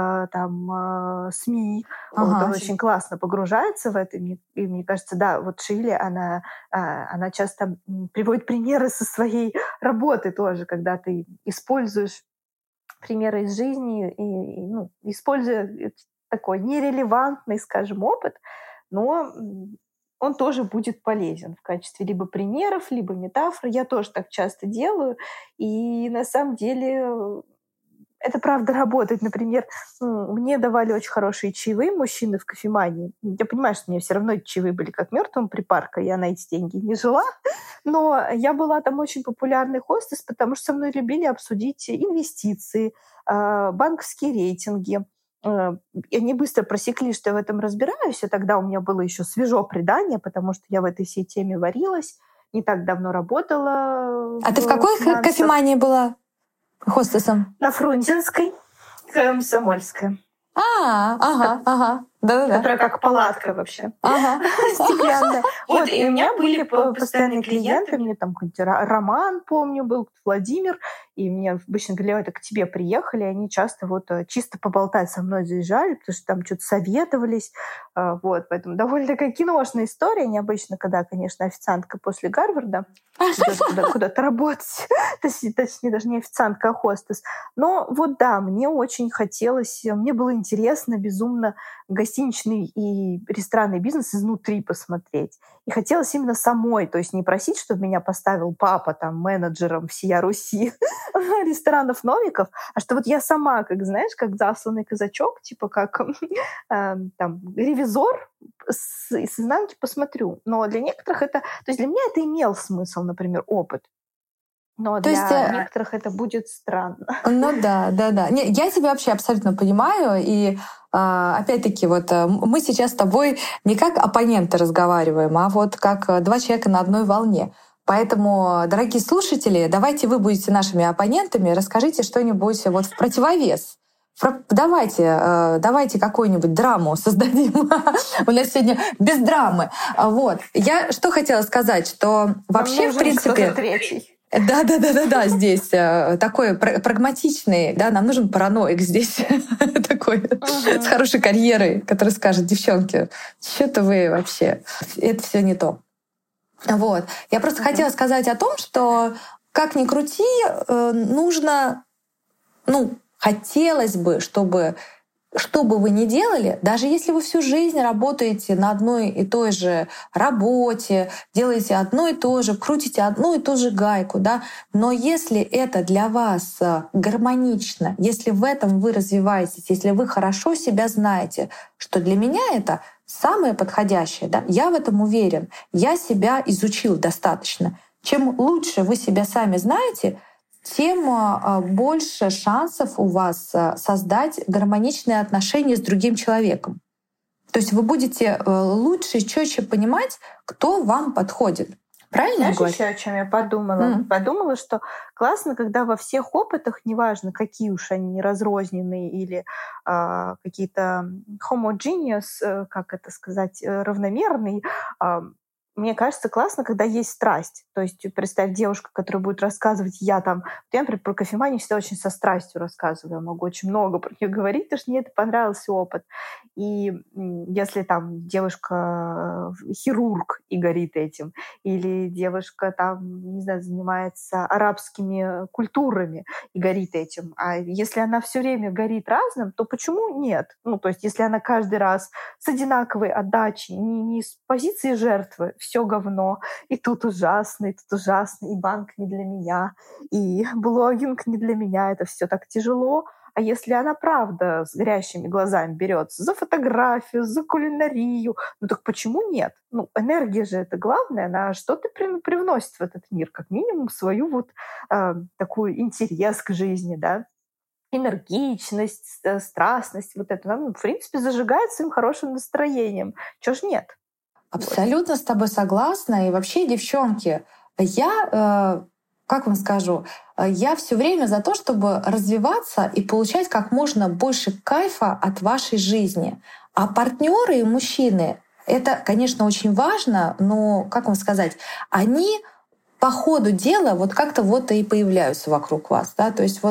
СМИ. Вот, он очень классно погружается в это. И мне кажется, да, вот Шиле, она часто приводит примеры со своей работы тоже, когда ты используешь примеры из жизни и используя такой нерелевантный, скажем, опыт, но он тоже будет полезен в качестве либо примеров, либо метафор. Я тоже так часто делаю. И на самом деле это правда работает. Например, мне давали очень хорошие чаевые мужчины в кофемании. Я понимаю, что мне все равно эти чаевые были как мертвым припарка, я на эти деньги не жила. Но я была там очень популярный хостес, потому что со мной любили обсудить инвестиции, банковские рейтинги. И они быстро просекли, что я в этом разбираюсь. И тогда у меня было еще свежо предание, потому что я в этой всей теме варилась, не так давно работала. А ты в какой кофемании была хостесом? На Фрунзенской, Комсомольская. Ага. Да. Которая как палатка вообще. Стеклянная. Вот, и у меня были постоянные клиенты. Мне там какой-то Роман, помню, был, Владимир. И мне обычно говорили, это к тебе приехали. Они часто вот чисто поболтать со мной заезжали, потому что там что-то советовались. Вот, поэтому довольно такая киношная история. Необычно, когда, конечно, официантка после Гарварда идет куда-то работать. Точнее, даже не официантка, а хостес. Но вот да, мне очень хотелось, мне было интересно интересно безумно гостиничный и ресторанный бизнес изнутри посмотреть. И хотелось именно самой, то есть не просить, чтобы меня поставил папа там менеджером всея Руси ресторанов Новиков, а что вот я сама, как знаешь, как засланный казачок, типа как там ревизор с изнанки посмотрю. Но для некоторых это, то есть для меня это имел смысл, например, опыт. Но То есть, для некоторых это будет странно. Ну да. Не, я тебя вообще абсолютно понимаю. И опять-таки, вот мы сейчас с тобой не как оппоненты разговариваем, а вот как два человека на одной волне. Поэтому, дорогие слушатели, давайте вы будете нашими оппонентами, расскажите что-нибудь вот в противовес. Давайте какую-нибудь драму создадим. У нас сегодня без драмы. Вот. Я что хотела сказать, что вообще, в принципе... Да, здесь такой прагматичный, да, нам нужен параноик здесь такой с хорошей карьерой, который скажет: девчонки, что-то вы вообще, это все не то. Вот. Я просто хотела сказать о том, что как ни крути, нужно, хотелось бы, чтобы что бы вы ни делали, даже если вы всю жизнь работаете на одной и той же работе, делаете одно и то же, крутите одну и ту же гайку, да, но если это для вас гармонично, если в этом вы развиваетесь, если вы хорошо себя знаете, что для меня это самое подходящее, да, я в этом уверен, я себя изучил достаточно. Чем лучше вы себя сами знаете, тем больше шансов у вас создать гармоничные отношения с другим человеком. То есть вы будете лучше и четче понимать, кто вам подходит. Правильно я говорю? Знаешь, еще о чем я подумала? Подумала, что классно, когда во всех опытах, неважно, какие уж они разрозненные или какие-то homogeneous, как это сказать, равномерные, мне кажется, классно, когда есть страсть. То есть представь девушку, которая будет рассказывать, я, например, про кофеманию всегда очень со страстью рассказываю, я могу очень много про нее говорить, потому что мне это понравился опыт. И если девушка хирург и горит этим, или девушка занимается арабскими культурами и горит этим, а если она все время горит разным, то почему нет? То есть если она каждый раз с одинаковой отдачей, не с позиции жертвы, все говно, и тут ужасно, и банк не для меня, и блогинг не для меня, это все так тяжело. А если она правда с горящими глазами берется за фотографию, за кулинарию, так почему нет? Энергия же это главное, она что-то привносит в этот мир, как минимум свою такую интерес к жизни, да, энергичность, страстность, это, в принципе, зажигает своим хорошим настроением. Чего ж нет? Абсолютно с тобой согласна. И вообще, девчонки, я, как вам скажу, я все время за то, чтобы развиваться и получать как можно больше кайфа от вашей жизни. А партнеры и мужчины — это, конечно, очень важно, но, как вам сказать, они по ходу дела как-то и появляются вокруг вас. Да? То есть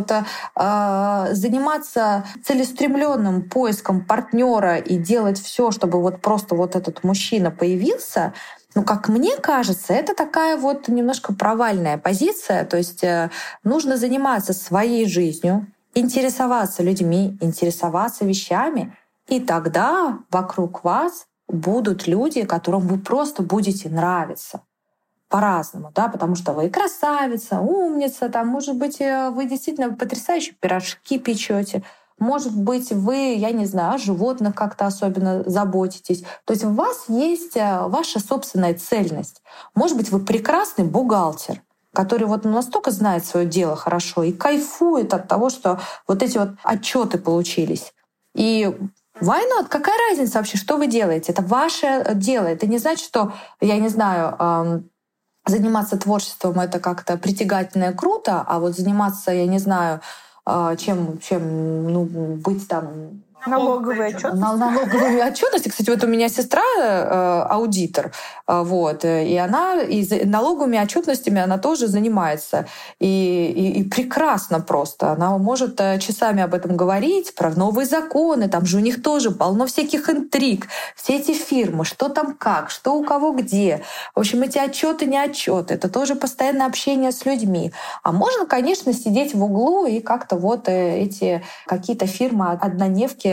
заниматься целеустремленным поиском партнера и делать все, чтобы просто этот мужчина появился, как мне кажется, это такая немножко провальная позиция. То есть нужно заниматься своей жизнью, интересоваться людьми, интересоваться вещами, и тогда вокруг вас будут люди, которым вы просто будете нравиться. По-разному, да, потому что вы и красавица, умница, может быть, вы действительно потрясающие пирожки печете, может быть, вы, я не знаю, о животных как-то особенно заботитесь. То есть у вас есть ваша собственная цельность. Может быть, вы прекрасный бухгалтер, который настолько знает свое дело хорошо и кайфует от того, что эти отчеты получились. И why not? Какая разница вообще, что вы делаете? Это ваше дело. Это не значит, что, я не знаю, заниматься творчеством — это как-то притягательно и круто, а заниматься, я не знаю, чем быть налоговой отчетности. Налоговой отчетности. Кстати, у меня сестра аудитор, и она и налоговыми отчетностями она тоже занимается. И прекрасно просто. Она может часами об этом говорить, про новые законы. Там же у них тоже полно всяких интриг. Все эти фирмы, что там как, что у кого где. В общем, эти отчеты не отчеты. Это тоже постоянное общение с людьми. А можно, конечно, сидеть в углу и как-то эти какие-то фирмы однодневки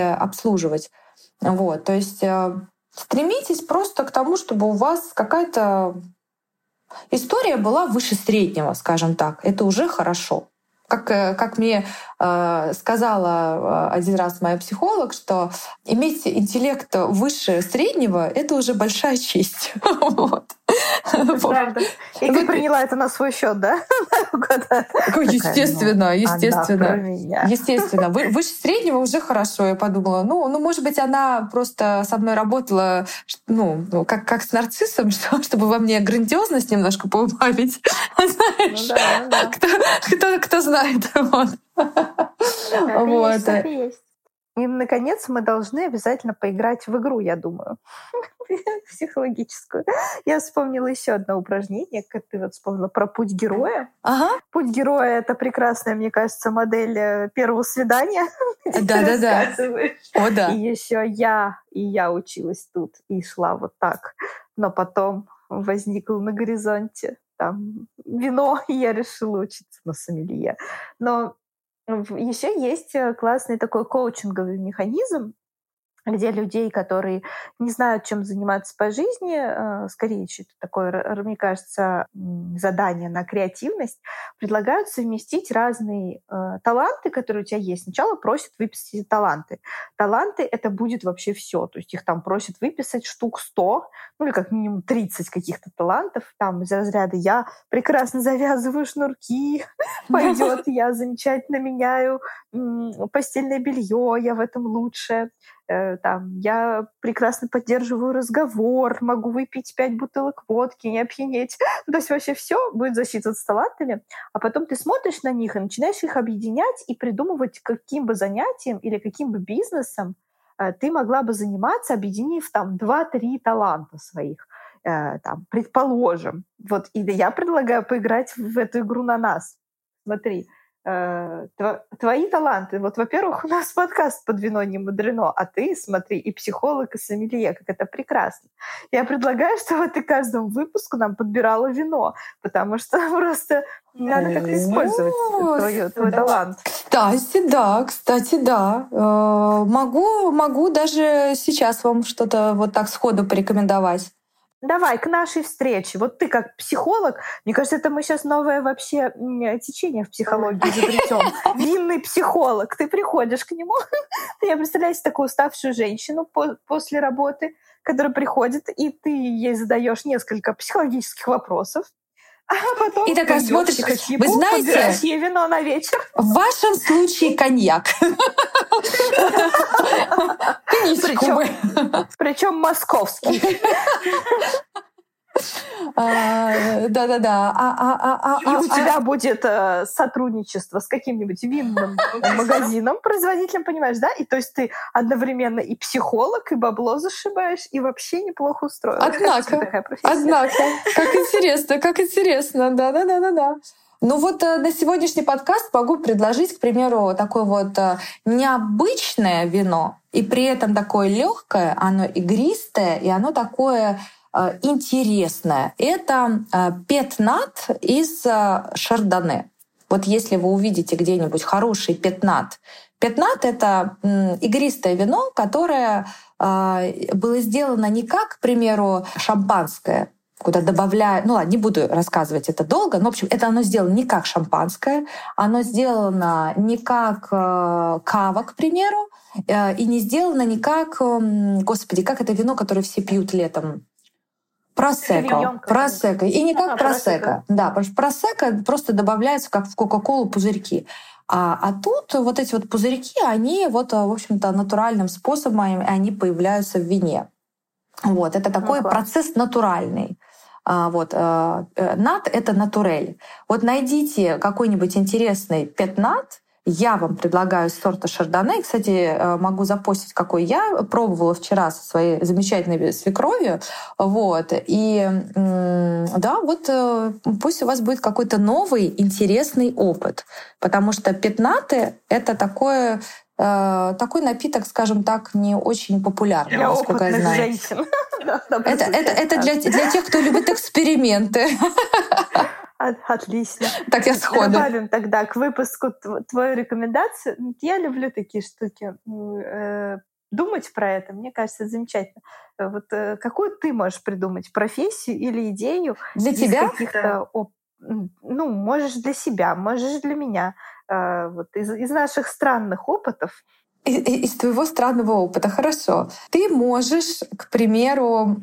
обслуживать. Вот, то есть стремитесь просто к тому, чтобы у вас какая-то история была выше среднего, скажем так. Это уже хорошо. Как мне сказала один раз моя психолог, что иметь интеллект выше среднего — это уже большая честь. Правда. И ты приняла это на свой счет, да? Естественно. Естественно. Выше среднего уже хорошо. Я подумала, может быть, она просто со мной работала, как с нарциссом, чтобы во мне грандиозность немножко поубавить. Знаешь, кто знает. И, наконец, мы должны обязательно поиграть в игру, я думаю, психологическую. Я вспомнила еще одно упражнение, как ты вспомнила про путь героя. Ага. Путь героя — это прекрасная, мне кажется, модель первого свидания. Да. О, да. И еще я училась тут и шла вот так. Но потом возникло на горизонте там вино, и я решила учиться на сомелье. Но еще есть классный такой коучинговый механизм, где людей, которые не знают, чем заниматься по жизни, скорее что-то такое, мне кажется, задание на креативность, предлагают совместить разные таланты, которые у тебя есть. Сначала просят выписать таланты. Таланты — это будет вообще все. То есть их там просят выписать штук 100, или как минимум 30 каких-то талантов. Там из разряда «я прекрасно завязываю шнурки», пойдет, «я замечательно меняю постельное белье, я в этом лучше». Я прекрасно поддерживаю разговор, могу выпить 5 бутылок водки, не опьянеть. То есть вообще все будет засчитываться талантами. А потом ты смотришь на них и начинаешь их объединять и придумывать, каким бы занятием или каким бы бизнесом ты могла бы заниматься, объединив 2-3 таланта своих. Предположим. Вот, и я предлагаю поиграть в эту игру на нас. Смотри, твои таланты. Вот, во-первых, у нас подкаст «Под вино не мудрено», а ты, смотри, и психолог, и сомелье, как это прекрасно. Я предлагаю, чтобы ты каждому выпуску нам подбирала вино, потому что просто надо как-то использовать твой талант. Кстати, да. Могу даже сейчас вам что-то вот так сходу порекомендовать. Давай, к нашей встрече. Вот ты как психолог, мне кажется, это мы сейчас новое вообще течение в психологии изобретем. Винный психолог. Ты приходишь к нему, я представляю себе такую уставшую женщину после работы, которая приходит, и ты ей задаешь несколько психологических вопросов, а потом и такая смотришь, вы знаете, ей вино на вечер. В вашем случае коньяк. Причем московский. Да. И у тебя будет сотрудничество с каким-нибудь винным магазином, производителем, понимаешь, да? И то есть ты одновременно и психолог, и бабло зашибаешь, и вообще неплохо устроилась. Однако, как интересно, да. Ну вот на сегодняшний подкаст могу предложить, к примеру, такое вот необычное вино, и при этом такое легкое, оно игристое, и оно такое интересное. Это петнат из шардоне. Вот если вы увидите где-нибудь хороший петнат. Петнат — это игристое вино, которое было сделано не как, к примеру, шампанское, куда добавляют... Ну ладно, не буду рассказывать это долго, но, в общем, это оно сделано не как шампанское, оно сделано не как кава, к примеру, и не сделано не как... Господи, как это вино, которое все пьют летом? Просекко. И не как просекко. Да, потому что просекко просто добавляется, как в Кока-Колу, пузырьки. А тут вот эти вот пузырьки, они вот, в общем-то, натуральным способом они появляются в вине. Вот, это такой процесс натуральный. Нат — это натурель. Вот найдите какой-нибудь интересный петнат. Я вам предлагаю сорта шардоне. Кстати, могу запостить, какой я пробовала вчера со своей замечательной свекровью. Вот. И да, вот пусть у вас будет какой-то новый интересный опыт. Потому что петнаты — это такой напиток, скажем так, не очень популярный, для насколько я знаю. Женщин. Это для тех, кто любит эксперименты. Отлично. Так я сходу. Добавим тогда к выпуску твою рекомендацию. Я люблю такие штуки. Думать про это, мне кажется, замечательно. Вот какую ты можешь придумать профессию или идею для тебя? Каких-то ну, можешь для себя, можешь для меня. Вот из наших странных опытов. Из твоего странного опыта, хорошо. Ты можешь, к примеру,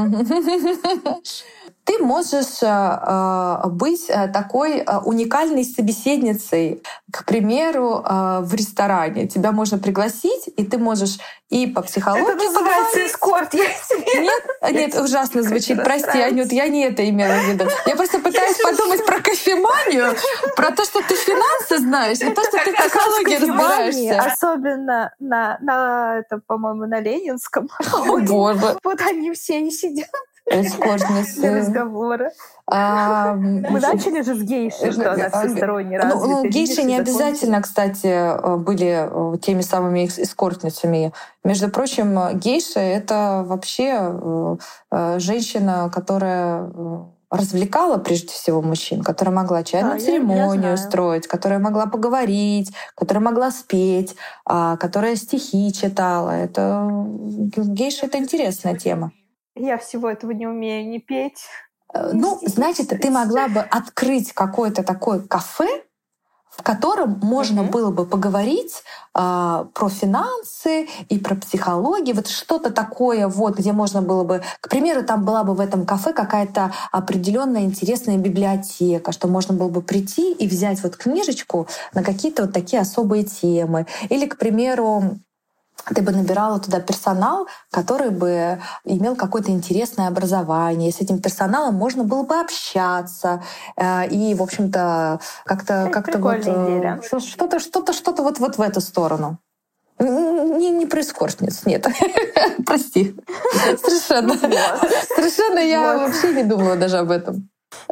ты можешь быть такой уникальной собеседницей, к примеру, в ресторане. Тебя можно пригласить, и ты можешь и по психологии... Это называется эскорт. Нет, ужасно звучит. Прости, Анют, я не это имела в виду. Я просто пытаюсь подумать про кофеманию, про то, что ты финансы знаешь, и то, что ты в психологии разбираешься. Особенно это, по-моему, на Ленинском. О, Боже. Вот они все и сидят. Для разговора. Мы начали же с гейши, что она всесторонне развита. Гейши не обязательно, кстати, были теми самыми эскортницами. Между прочим, гейша — это вообще женщина, которая развлекала прежде всего мужчин, которая могла чайную церемонию устроить, которая могла поговорить, которая могла спеть, которая стихи читала. Это гейша — это интересная тема. Я всего этого не умею, не петь. Ну, значит, ты могла бы открыть какое-то такое кафе, в котором можно было бы поговорить про финансы и про психологию. Вот что-то такое, вот, где можно было бы... К примеру, там была бы в этом кафе какая-то определенная интересная библиотека, что можно было бы прийти и взять вот книжечку на какие-то вот такие особые темы. Или, к примеру, ты бы набирала туда персонал, который бы имел какое-то интересное образование. И с этим персоналом можно было бы общаться. И, в общем-то, как-то вот что-то вот в эту сторону. Не про эскортниц, нет. Прости. Совершенно я вообще не думала даже об этом.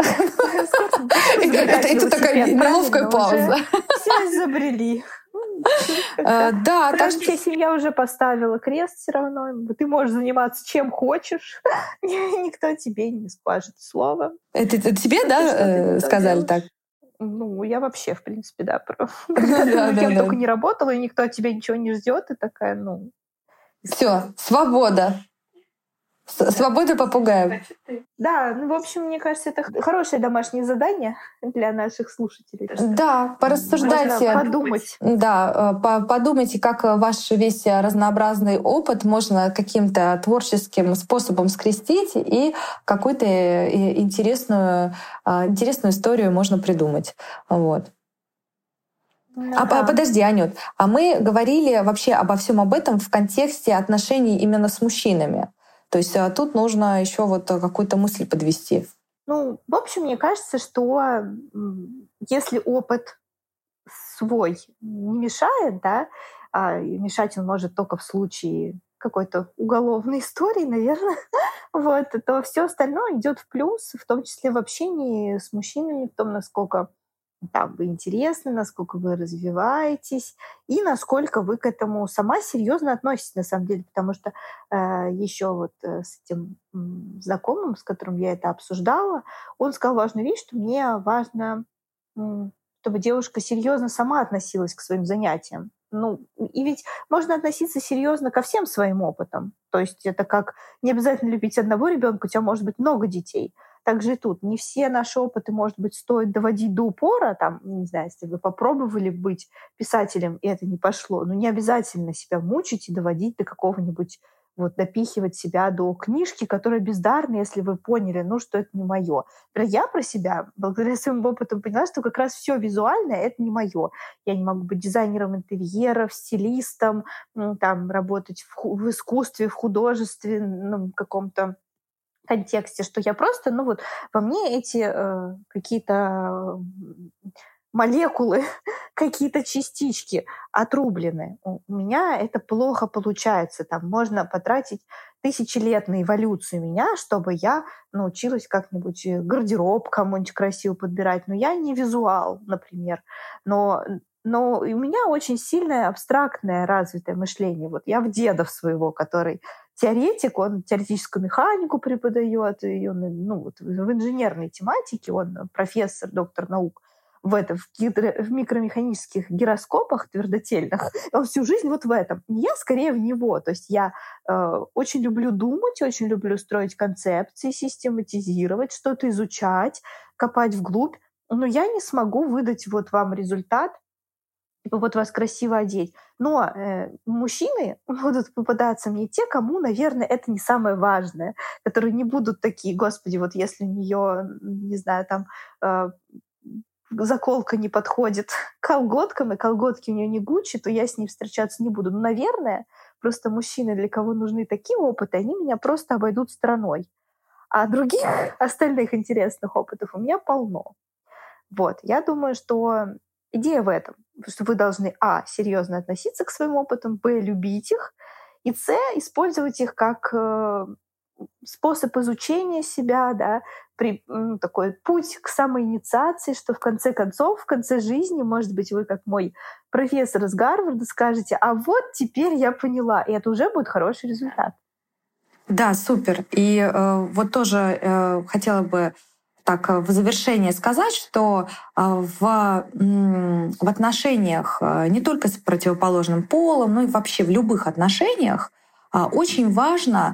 Это такая неловкая пауза. Все изобрели. Да, так что семья уже поставила крест все равно. Ты можешь заниматься чем хочешь. Никто тебе не скажет слова. Это тебе, да, сказали так? Ну, я вообще, в принципе, да. Кем только не работала, и никто от тебя ничего не ждет, и такая, ну... Все, свобода. Свобода попугаев. Да, ну, в общем, мне кажется, это хорошее домашнее задание для наших слушателей. Да, порассуждайте. Подумать. Да, подумайте, как ваш весь разнообразный опыт можно каким-то творческим способом скрестить, и какую-то интересную историю можно придумать. Вот. Подожди, Анют, а мы говорили вообще обо всем об этом в контексте отношений именно с мужчинами. То есть тут нужно еще вот какую-то мысль подвести. Ну, в общем, мне кажется, что если опыт свой не мешает, да, мешать он может только в случае какой-то уголовной истории, наверное, вот, то все остальное идет в плюс, в том числе в общении с мужчинами, в том, насколько там вы интересны, насколько вы развиваетесь и насколько вы к этому сама серьезно относитесь, на самом деле, потому что еще вот с этим знакомым, с которым я это обсуждала, он сказал важную вещь, что мне важно, чтобы девушка серьезно сама относилась к своим занятиям. Ну, и ведь можно относиться серьезно ко всем своим опытам. То есть это как не обязательно любить одного ребенка, у тебя может быть много детей. Также и тут. Не все наши опыты, может быть, стоит доводить до упора. Там, не знаю, если вы попробовали быть писателем, и это не пошло, но не обязательно себя мучить и доводить до какого-нибудь, вот, допихивать себя до книжки, которая бездарна, если вы поняли, ну, что это не мое. Я про себя, благодаря своим опытам, поняла, что как раз все визуальное — это не мое. Я не могу быть дизайнером интерьеров, стилистом, там, работать в искусстве, в художественном каком-то контексте, что я просто, ну вот, во мне эти какие-то молекулы, какие-то частички отрублены. У меня это плохо получается. Там можно потратить 1000 лет на эволюцию меня, чтобы я научилась как-нибудь гардероб кому-нибудь красиво подбирать. Но я не визуал, например. Но у меня очень сильное абстрактное развитое мышление. Вот я в деда своего, который теоретик, он теоретическую механику преподает, и он, в инженерной тематике, он профессор, доктор наук в микромеханических гироскопах твердотельных. Он всю жизнь вот в этом. Я скорее в него. То есть я очень люблю думать, очень люблю строить концепции, систематизировать, что-то изучать, копать вглубь. Но я не смогу выдать вот вам результат, вот вас красиво одеть. Но мужчины будут попадаться мне те, кому, наверное, это не самое важное, которые не будут такие: господи, вот если у нее, не знаю, там заколка не подходит к колготкам, и колготки у нее не Гуччи, то я с ней встречаться не буду. Ну, наверное, просто мужчины, для кого нужны такие опыты, они меня просто обойдут стороной. А других остальных интересных опытов у меня полно. Вот. Я думаю, что идея в этом, что вы должны, серьезно относиться к своим опытам, любить их, и использовать их как способ изучения себя, да, такой путь к самоинициации, что в конце концов, в конце жизни, может быть, вы, как мой профессор из Гарварда, скажете: а вот теперь я поняла, и это уже будет хороший результат. Да, супер. И вот тоже хотела бы так в завершение сказать, что в отношениях не только с противоположным полом, но и вообще в любых отношениях очень важна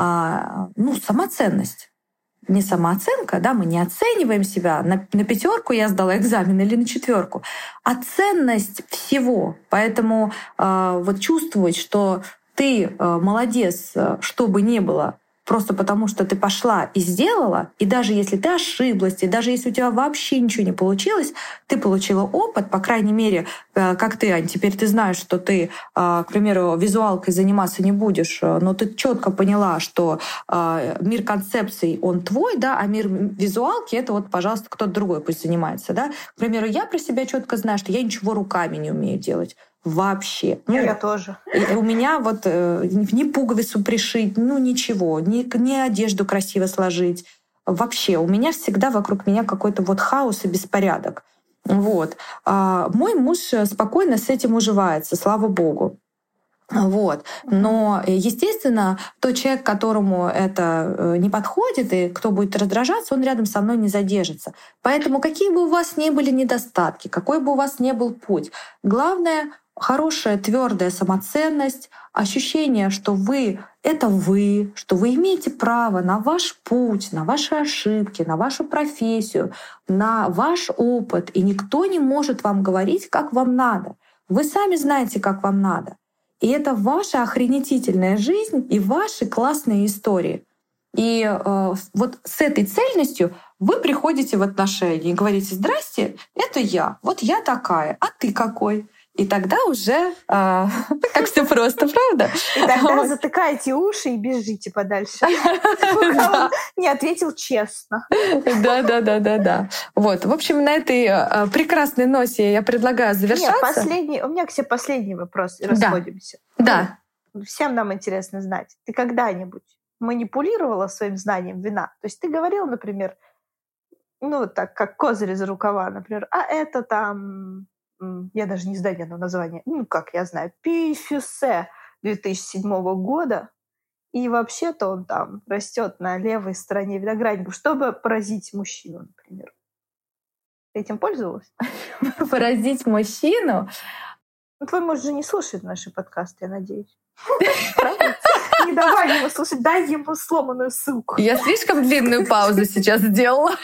самоценность. Не самооценка, да, мы не оцениваем себя на 5 я сдала экзамен или на 4, а ценность всего. Поэтому вот чувствовать, что ты молодец, что бы ни было, просто потому что ты пошла и сделала, и даже если ты ошиблась, и даже если у тебя вообще ничего не получилось, ты получила опыт, по крайней мере, как ты, Ань, теперь ты знаешь, что ты, к примеру, визуалкой заниматься не будешь, но ты четко поняла, что мир концепций, он твой, да, а мир визуалки — это вот, пожалуйста, кто-то другой пусть занимается, да. К примеру, я про себя четко знаю, что я ничего руками не умею делать. Вообще. Я тоже. У меня вот ни пуговицу пришить, ничего, ни одежду красиво сложить. Вообще, у меня всегда вокруг меня какой-то вот хаос и беспорядок. Вот. Мой муж спокойно с этим уживается, слава богу. Вот. Но, естественно, тот человек, которому это не подходит, и кто будет раздражаться, он рядом со мной не задержится. Поэтому какие бы у вас ни были недостатки, какой бы у вас ни был путь, главное — хорошая твердая самоценность, ощущение, что вы — это вы, что вы имеете право на ваш путь, на ваши ошибки, на вашу профессию, на ваш опыт, и никто не может вам говорить, как вам надо. Вы сами знаете, как вам надо. И это ваша охренительная жизнь и ваши классные истории. И вот с этой цельностью вы приходите в отношения и говорите: «Здрасте, это я, вот я такая, а ты какой?» И тогда уже как все просто, правда? И тогда затыкаете уши и бежите подальше. Пока он не ответил честно. Да. Вот. В общем, на этой прекрасной ноте я предлагаю завершаться. Нет, у меня к тебе последний вопрос, и расходимся. Да. Всем нам интересно знать. Ты когда-нибудь манипулировала своим знанием вина? То есть ты говорил, например, так, как козырь из рукава, например, а это там... Я даже не знаю название. Я знаю. Пифюсе 2007 года. И вообще-то он там растет на левой стороне виноградника, чтобы поразить мужчину, например. Ты этим пользовалась? Поразить мужчину? Твой муж же не слушает наши подкасты, я надеюсь. Правда? Не давай ему слушать, дай ему сломанную ссылку. Я слишком длинную паузу сейчас сделала.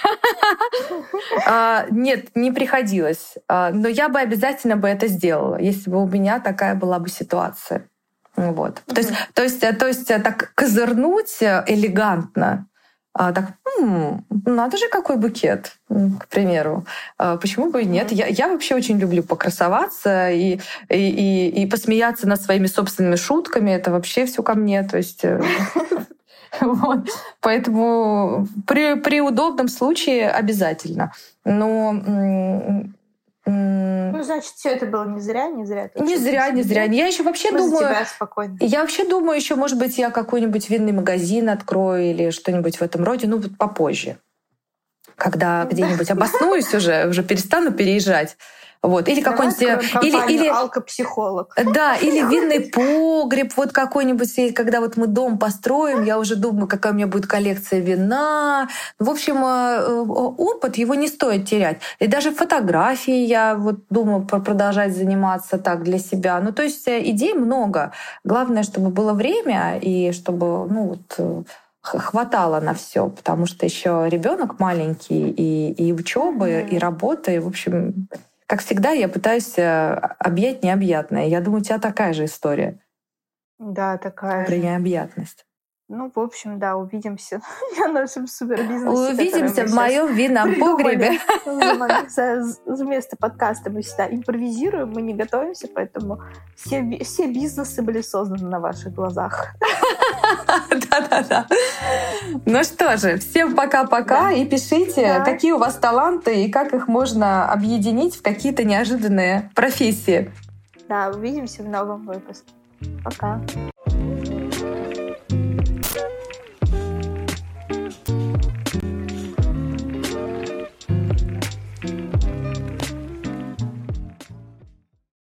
Нет, не приходилось. Но я бы обязательно это сделала, если бы у меня такая была бы ситуация. Вот. То есть так козырнуть элегантно. Так, надо же, какой букет, к примеру. Почему бы и нет? Я вообще очень люблю покрасоваться и посмеяться над своими собственными шутками. Это вообще все ко мне. То есть, вот. Поэтому при удобном случае обязательно. Но значит, все это было не зря. Не зря. Я еще вообще думаю... Я вообще думаю, еще, может быть, я какой-нибудь винный магазин открою или что-нибудь в этом роде, попозже. Когда где-нибудь обоснуюсь уже перестану переезжать. Вот. Или какой-нибудь... Или алкопсихолог. Да, или винный погреб вот какой-нибудь. Когда вот мы дом построим, я уже думаю, какая у меня будет коллекция вина. В общем, опыт его не стоит терять. И даже фотографии я вот думаю продолжать заниматься так для себя. Ну, то есть идей много. Главное, чтобы было время и чтобы хватало на все, потому что еще ребенок маленький, и учебы, и работа, и, в общем... Как всегда, я пытаюсь объять необъятное. Я думаю, у тебя такая же история. Да, такая про необъятность. Ну, в общем, да, увидимся на нашем супербизнесе. Увидимся в моем винном погребе. Вместо подкаста мы всегда импровизируем, мы не готовимся, поэтому все бизнесы были созданы на ваших глазах. Да-да-да. Ну что же, всем пока-пока и пишите, какие у вас таланты и как их можно объединить в какие-то неожиданные профессии. Да, увидимся в новом выпуске. Пока.